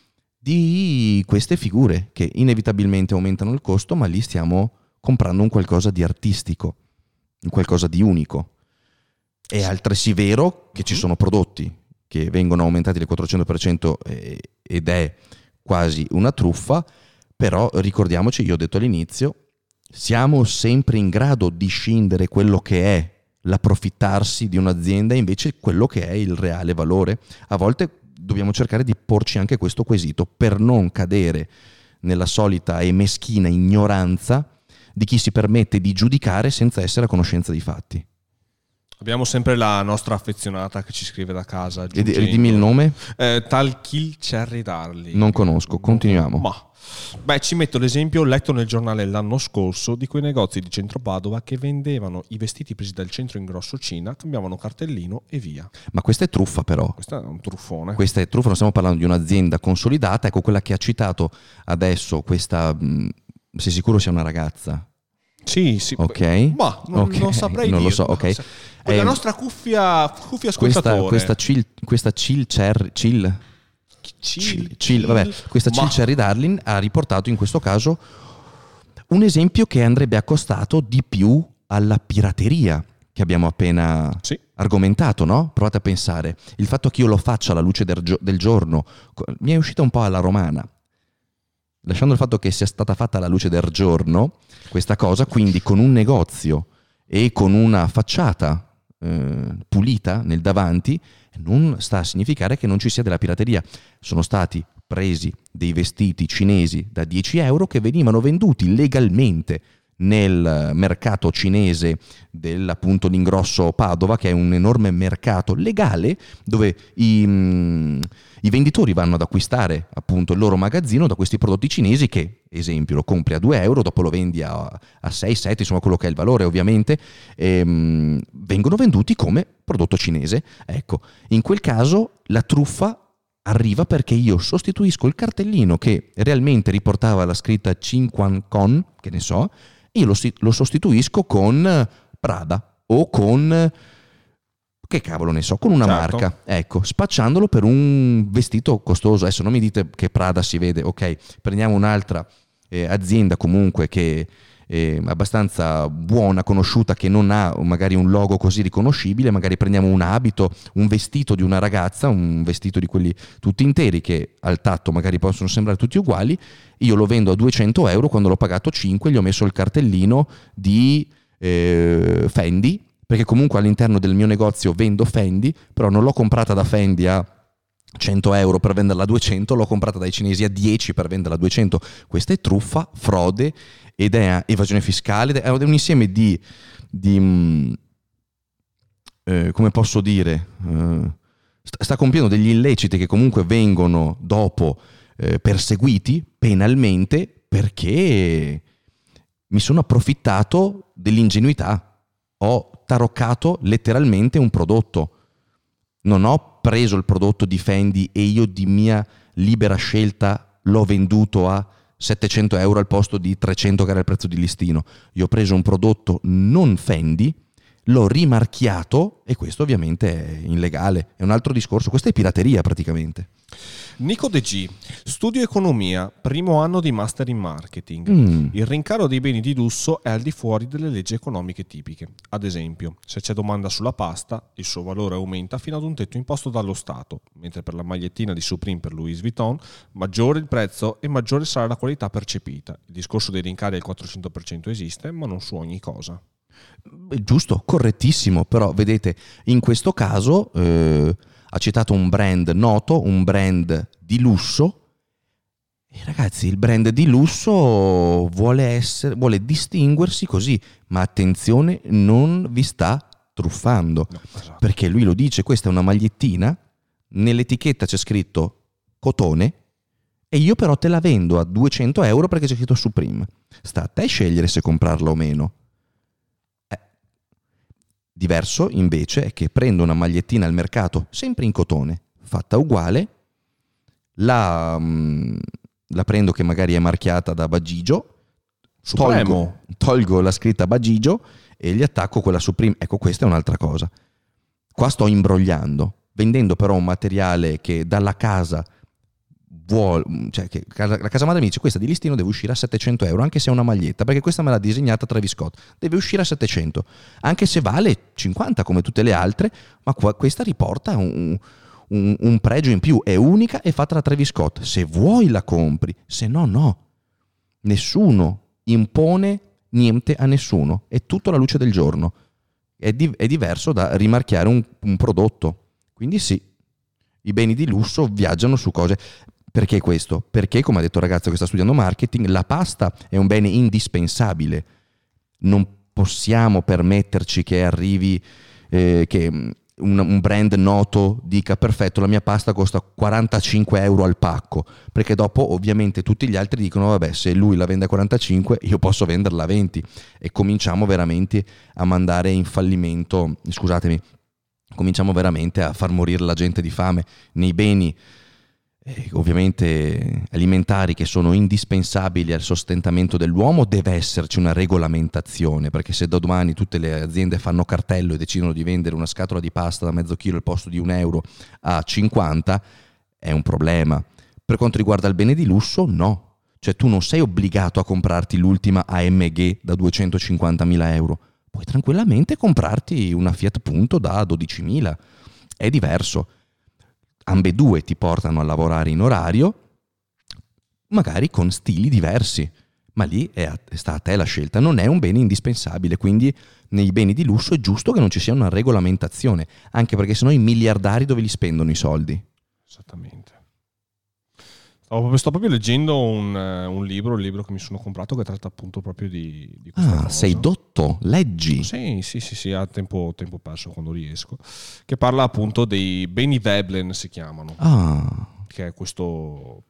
di queste figure che inevitabilmente aumentano il costo, ma lì stiamo comprando un qualcosa di artistico, un qualcosa di unico. È altresì vero che ci sono prodotti che vengono aumentati del 400% ed è quasi una truffa, però ricordiamoci, io ho detto all'inizio, siamo sempre in grado di scindere quello che è l'approfittarsi di un'azienda e invece quello che è il reale valore. A volte dobbiamo cercare di porci anche questo quesito per non cadere nella solita e meschina ignoranza di chi si permette di giudicare senza essere a conoscenza dei fatti. Abbiamo sempre la nostra affezionata che ci scrive da casa. E dimmi il nome? Tal Kill Cherry Darling. Non conosco, continuiamo. Ci metto l'esempio letto nel giornale l'anno scorso di quei negozi di centro Padova che vendevano i vestiti presi dal centro ingrosso Cina, cambiavano cartellino e via. Ma questa è truffa però. Questo è un truffone. Questa è truffa, non stiamo parlando di un'azienda consolidata. Ecco, quella che ha citato adesso, questa, sei sicuro sia una ragazza? Sì. Ok. Ma non saprei non dire. lo so, ok. Con la nostra cuffia ascoltatore. Questa chill Cherry Darling ha riportato in questo caso un esempio che andrebbe accostato di più alla pirateria che abbiamo appena argomentato, no? Provate a pensare, il fatto che io lo faccia alla luce del giorno mi è uscita un po' alla romana, lasciando il fatto che sia stata fatta alla luce del giorno questa cosa, quindi con un negozio e con una facciata pulita nel davanti, non sta a significare che non ci sia della pirateria. Sono stati presi dei vestiti cinesi da 10 euro che venivano venduti legalmente nel mercato cinese appunto l'ingrosso Padova, che è un enorme mercato legale dove i venditori vanno ad acquistare appunto il loro magazzino da questi prodotti cinesi che, esempio, lo compri a 2 euro, dopo lo vendi a 6, 7, insomma quello che è il valore ovviamente, vengono venduti come prodotto cinese. Ecco, in quel caso la truffa arriva perché io sostituisco il cartellino che realmente riportava la scritta Cinquan Con, che ne so, io lo sostituisco con Prada o con, che cavolo ne so, con una marca, ecco, spacciandolo per un vestito costoso. Adesso non mi dite che Prada si vede, ok, prendiamo un'altra azienda comunque che è abbastanza buona, conosciuta, che non ha magari un logo così riconoscibile, magari prendiamo un abito, un vestito di una ragazza, un vestito di quelli tutti interi che al tatto magari possono sembrare tutti uguali, io lo vendo a 200 euro, quando l'ho pagato 5 gli ho messo il cartellino di Fendi, perché comunque all'interno del mio negozio vendo Fendi, però non l'ho comprata da Fendi a 100 euro per venderla a 200, l'ho comprata dai cinesi a 10 per venderla a 200. Questa è truffa, frode ed è evasione fiscale, è un insieme di come posso dire, sta compiendo degli illeciti che comunque vengono dopo perseguiti penalmente perché mi sono approfittato dell'ingenuità. Ho taroccato letteralmente un prodotto. Non ho preso il prodotto di Fendi e io di mia libera scelta l'ho venduto a 700 euro al posto di 300 che era il prezzo di listino. Io ho preso un prodotto non Fendi, l'ho rimarchiato e questo ovviamente è illegale. È un altro discorso. Questa è pirateria praticamente. Nico De G, studio economia, primo anno di master in marketing. Il rincaro dei beni di lusso è al di fuori delle leggi economiche tipiche. Ad esempio, se c'è domanda sulla pasta, il suo valore aumenta fino ad un tetto imposto dallo Stato, mentre per la magliettina di Supreme per Louis Vuitton, maggiore il prezzo e maggiore sarà la qualità percepita. Il discorso dei rincari al 400% esiste, ma non su ogni cosa. Giusto, correttissimo, però vedete, in questo caso ha citato un brand noto, un brand di lusso, e ragazzi, il brand di lusso vuole distinguersi così, ma attenzione, non vi sta truffando, No, esatto. perché lui lo dice, questa è una magliettina, nell'etichetta c'è scritto cotone, e io però te la vendo a 200 euro perché c'è scritto Supreme. Sta a te scegliere se comprarla o meno. Diverso invece è che prendo una magliettina al mercato, sempre in cotone, fatta uguale, la prendo che magari è marchiata da Bagigio, tolgo la scritta Bagigio e gli attacco quella Supreme. Ecco, questa è un'altra cosa. Qua sto imbrogliando, vendendo però un materiale che dalla casa cioè che la casa madre mi dice questa di listino deve uscire a 700 euro anche se è una maglietta, perché questa me l'ha disegnata Travis Scott, deve uscire a 700 anche se vale 50 come tutte le altre, ma questa riporta un pregio in più, è unica e fatta da Travis Scott, se vuoi la compri, se no no. Nessuno impone niente a nessuno, è tutto alla luce del giorno, è diverso da rimarchiare un prodotto. Quindi sì, i beni di lusso viaggiano su cose. Perché questo? Perché, come ha detto il ragazzo che sta studiando marketing, la pasta è un bene indispensabile. Non possiamo permetterci che arrivi, che un brand noto dica perfetto, la mia pasta costa 45 euro al pacco, perché dopo ovviamente tutti gli altri dicono vabbè, se lui la vende a 45 io posso venderla a 20 e cominciamo veramente a mandare in fallimento, scusatemi, cominciamo veramente a far morire la gente di fame nei beni ovviamente alimentari che sono indispensabili al sostentamento dell'uomo. Deve esserci una regolamentazione, perché se da domani tutte le aziende fanno cartello e decidono di vendere una scatola di pasta da mezzo chilo al posto di €1 a 50 è un problema. Per quanto riguarda il bene di lusso, no, cioè tu non sei obbligato a comprarti l'ultima AMG da 250.000 euro, puoi tranquillamente comprarti una Fiat Punto da 12.000, è diverso. Ambedue ti portano a lavorare in orario, magari con stili diversi, ma lì sta a te la scelta, non è un bene indispensabile, quindi nei beni di lusso è giusto che non ci sia una regolamentazione, anche perché sennò i miliardari dove li spendono i soldi? Esattamente. Sto proprio leggendo un libro che mi sono comprato che tratta appunto proprio di questa cosa. Sei dotto? Leggi? Sì, a tempo perso quando riesco. Che parla appunto dei beni Veblen, si chiamano. Che è questo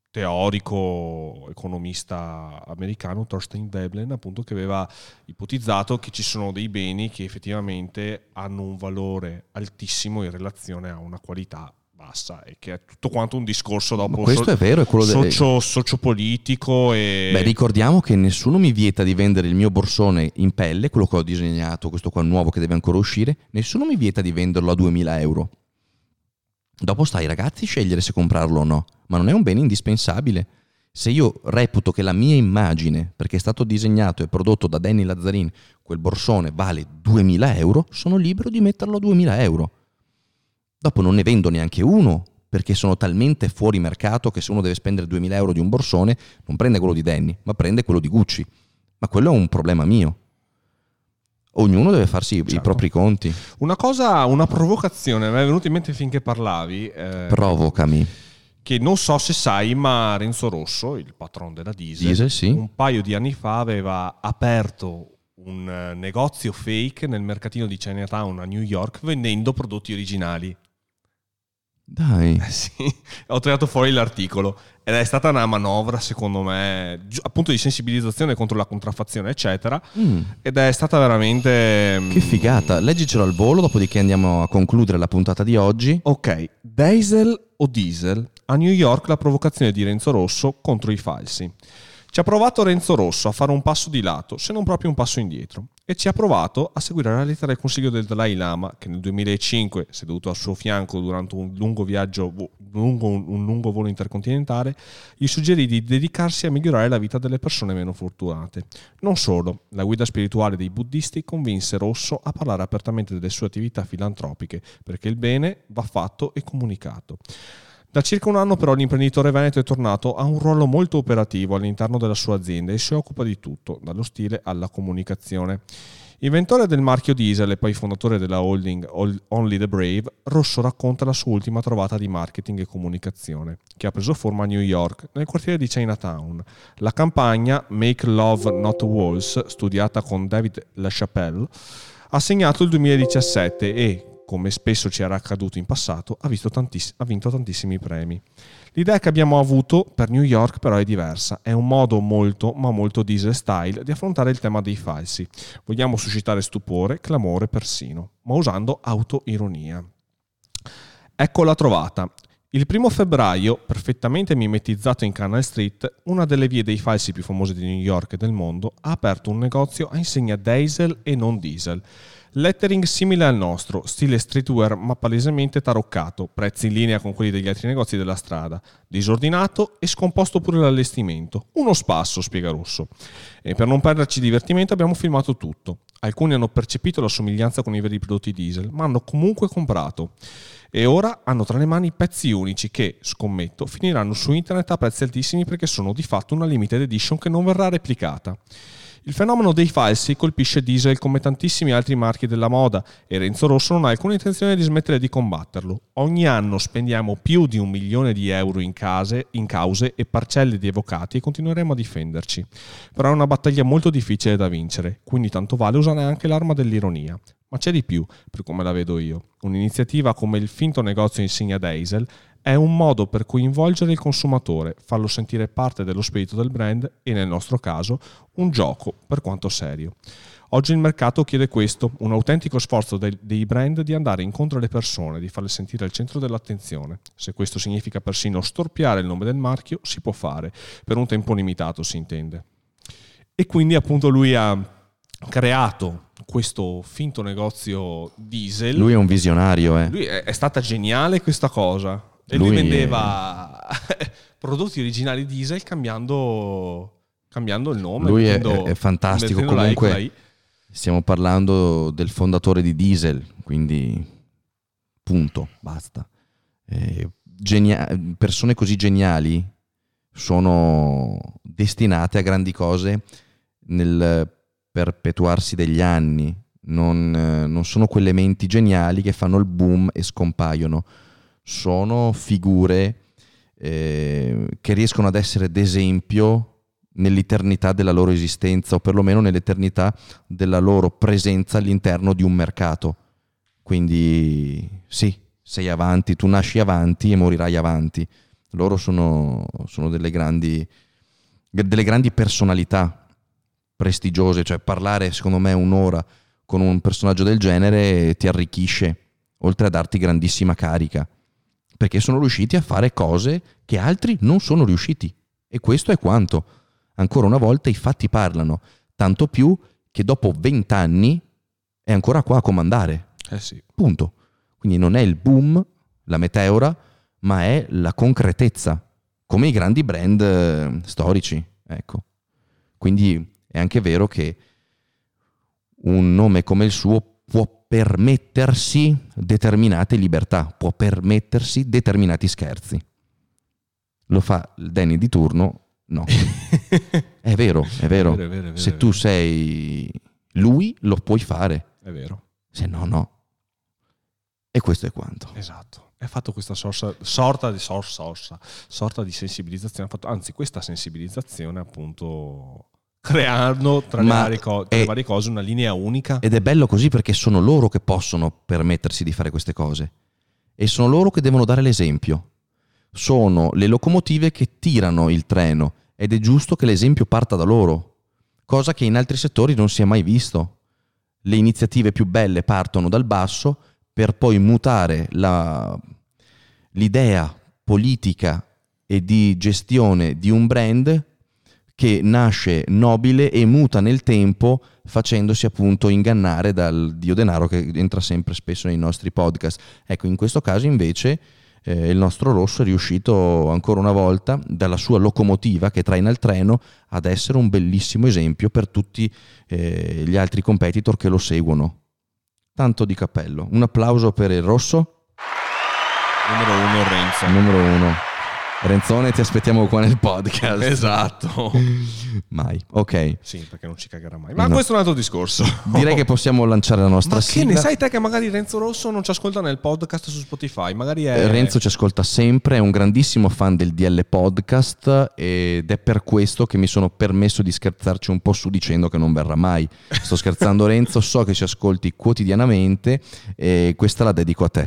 teorico economista americano, Thorstein Veblen, appunto, che aveva ipotizzato che ci sono dei beni che effettivamente hanno un valore altissimo in relazione a una qualità bassa, e che è tutto quanto un discorso dopo. Ma questo è vero, è quello sociopolitico e... Beh, ricordiamo che nessuno mi vieta di vendere il mio borsone in pelle, quello che ho disegnato, questo qua nuovo che deve ancora uscire, nessuno mi vieta di venderlo a 2.000 euro. Dopo sta ai ragazzi scegliere se comprarlo o no, ma non è un bene indispensabile. Se io reputo che la mia immagine, perché è stato disegnato e prodotto da Danny Lazzarin, quel borsone vale 2.000 euro, sono libero di metterlo a 2.000 euro. Dopo non ne vendo neanche uno, perché sono talmente fuori mercato che se uno deve spendere 2.000 euro di un borsone, non prende quello di Danny, ma prende quello di Gucci. Ma quello è un problema mio. Ognuno deve farsi i propri conti. Una provocazione mi è venuta in mente finché parlavi. Provocami. Che non so se sai, ma Renzo Rosso, il patron della Diesel, sì, un paio di anni fa aveva aperto un negozio fake nel mercatino di Chinatown a New York vendendo prodotti originali. Dai. Sì, ho tirato fuori l'articolo ed è stata una manovra, secondo me, appunto di sensibilizzazione contro la contraffazione, eccetera. Ed è stata veramente... Che figata. Leggicelo al volo, dopodiché andiamo a concludere la puntata di oggi. Ok, Diesel o Diesel? A New York la provocazione di Renzo Rosso contro i falsi. Ci ha provato Renzo Rosso a fare un passo di lato, se non proprio un passo indietro, e ci ha provato a seguire la lettera del consiglio del Dalai Lama, che nel 2005, seduto al suo fianco durante un lungo volo intercontinentale, gli suggerì di dedicarsi a migliorare la vita delle persone meno fortunate. Non solo, la guida spirituale dei buddisti convinse Rosso a parlare apertamente delle sue attività filantropiche, perché il bene va fatto e comunicato. Da circa un anno però l'imprenditore veneto è tornato a un ruolo molto operativo all'interno della sua azienda e si occupa di tutto, dallo stile alla comunicazione. Inventore del marchio Diesel e poi fondatore della holding Only the Brave, Rosso racconta la sua ultima trovata di marketing e comunicazione, che ha preso forma a New York, nel quartiere di Chinatown. La campagna Make Love Not Walls, studiata con David LaChapelle, ha segnato il 2017 e, come spesso ci era accaduto in passato, ha vinto tantissimi premi. L'idea che abbiamo avuto per New York però è diversa, è un modo molto diesel style di affrontare il tema dei falsi. Vogliamo suscitare stupore, clamore persino, ma usando autoironia. Ecco la trovata. Il 1 febbraio, perfettamente mimetizzato in Canal Street, una delle vie dei falsi più famose di New York e del mondo, ha aperto un negozio a insegna diesel e non diesel. Lettering simile al nostro, stile streetwear ma palesemente taroccato, prezzi in linea con quelli degli altri negozi della strada, disordinato e scomposto pure l'allestimento. Uno spasso, spiega Rosso. E per non perderci divertimento abbiamo filmato tutto. Alcuni hanno percepito la somiglianza con i veri prodotti diesel, ma hanno comunque comprato. E ora hanno tra le mani pezzi unici che, scommetto, finiranno su internet a prezzi altissimi perché sono di fatto una limited edition che non verrà replicata. Il fenomeno dei falsi colpisce Diesel come tantissimi altri marchi della moda e Renzo Rosso non ha alcuna intenzione di smettere di combatterlo. Ogni anno spendiamo più di 1 milione di euro in cause e parcelle di avvocati e continueremo a difenderci. Però è una battaglia molto difficile da vincere, quindi tanto vale usare anche l'arma dell'ironia. Ma c'è di più, per come la vedo io. Un'iniziativa come il finto negozio insegna Diesel è un modo per coinvolgere il consumatore, farlo sentire parte dello spirito del brand e, nel nostro caso, un gioco, per quanto serio. Oggi il mercato chiede questo, un autentico sforzo dei brand di andare incontro alle persone, di farle sentire al centro dell'attenzione. Se questo significa persino storpiare il nome del marchio, si può fare, per un tempo limitato si intende. E quindi appunto lui ha creato questo finto negozio diesel. Lui è un visionario, eh. Lui è stata geniale questa cosa. E lui vendeva prodotti originali diesel cambiando il nome. Lui è fantastico. Comunque stiamo parlando del fondatore di Diesel, quindi punto, basta. Persone così geniali sono destinate a grandi cose nel perpetuarsi degli anni. Non sono quelle menti geniali che fanno il boom e scompaiono. Sono figure che riescono ad essere d'esempio nell'eternità della loro esistenza o perlomeno nell'eternità della loro presenza all'interno di un mercato. Quindi sì, sei avanti, tu nasci avanti e morirai avanti. Loro sono delle grandi personalità prestigiose, cioè parlare secondo me un'ora con un personaggio del genere ti arricchisce, oltre a darti grandissima carica. Perché sono riusciti a fare cose che altri non sono riusciti. E questo è quanto. Ancora una volta i fatti parlano, tanto più che dopo 20 anni è ancora qua a comandare. Sì. Punto. Quindi non è il boom, la meteora, ma è la concretezza, come i grandi brand storici. Ecco. Quindi è anche vero che un nome come il suo può permettersi determinate libertà, può permettersi determinati scherzi. Lo fa il Danny di turno? No. È vero. È vero. Se tu sei lui, lo puoi fare. È vero. Se no, no. E questo è quanto. Esatto. È fatto questa sorta di sensibilizzazione, anzi questa sensibilizzazione appunto creando tra le varie cose una linea unica. Ed è bello così perché sono loro che possono permettersi di fare queste cose e sono loro che devono dare l'esempio. Sono le locomotive che tirano il treno ed è giusto che l'esempio parta da loro, cosa che in altri settori non si è mai visto. Le iniziative più belle partono dal basso per poi mutare l'idea politica e di gestione di un brand che nasce nobile e muta nel tempo facendosi appunto ingannare dal dio denaro che entra sempre spesso nei nostri podcast. Ecco, in questo caso invece il nostro rosso è riuscito ancora una volta dalla sua locomotiva che traina il treno ad essere un bellissimo esempio per tutti gli altri competitor che lo seguono. Tanto di cappello. Un applauso per il rosso. Numero 1 Renzo. Numero 1. Renzone, ti aspettiamo qua nel podcast. Esatto. Mai. Ok. Sì, perché non ci cagherà mai. Ma questo è un altro discorso. Direi che possiamo lanciare la nostra sigla. Ma che ne sai te che magari Renzo Rosso non ci ascolta nel podcast su Spotify? Magari è... Renzo ci ascolta sempre, è un grandissimo fan del DL Podcast ed è per questo che mi sono permesso di scherzarci un po' su dicendo che non verrà mai. Sto scherzando Renzo, so che ci ascolti quotidianamente e questa la dedico a te.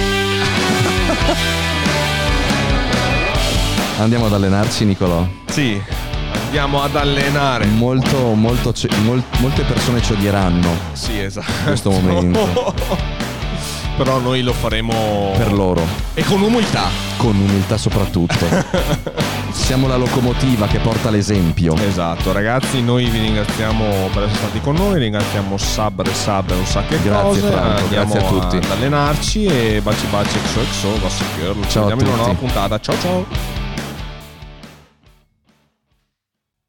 Andiamo ad allenarci, Nicolò? Sì, andiamo ad allenare. Molte persone ci odieranno. Sì, esatto. In questo momento. Però noi lo faremo per loro. E con umiltà. Con umiltà soprattutto. Siamo la locomotiva che porta l'esempio. Esatto, ragazzi, noi vi ringraziamo per essere stati con noi, ringraziamo Sabre un sacco di cose. Franco, grazie a tutti. Ad allenarci e baci XOXO, Gossip Girl. Ci vediamo in una nuova puntata. Ciao ciao.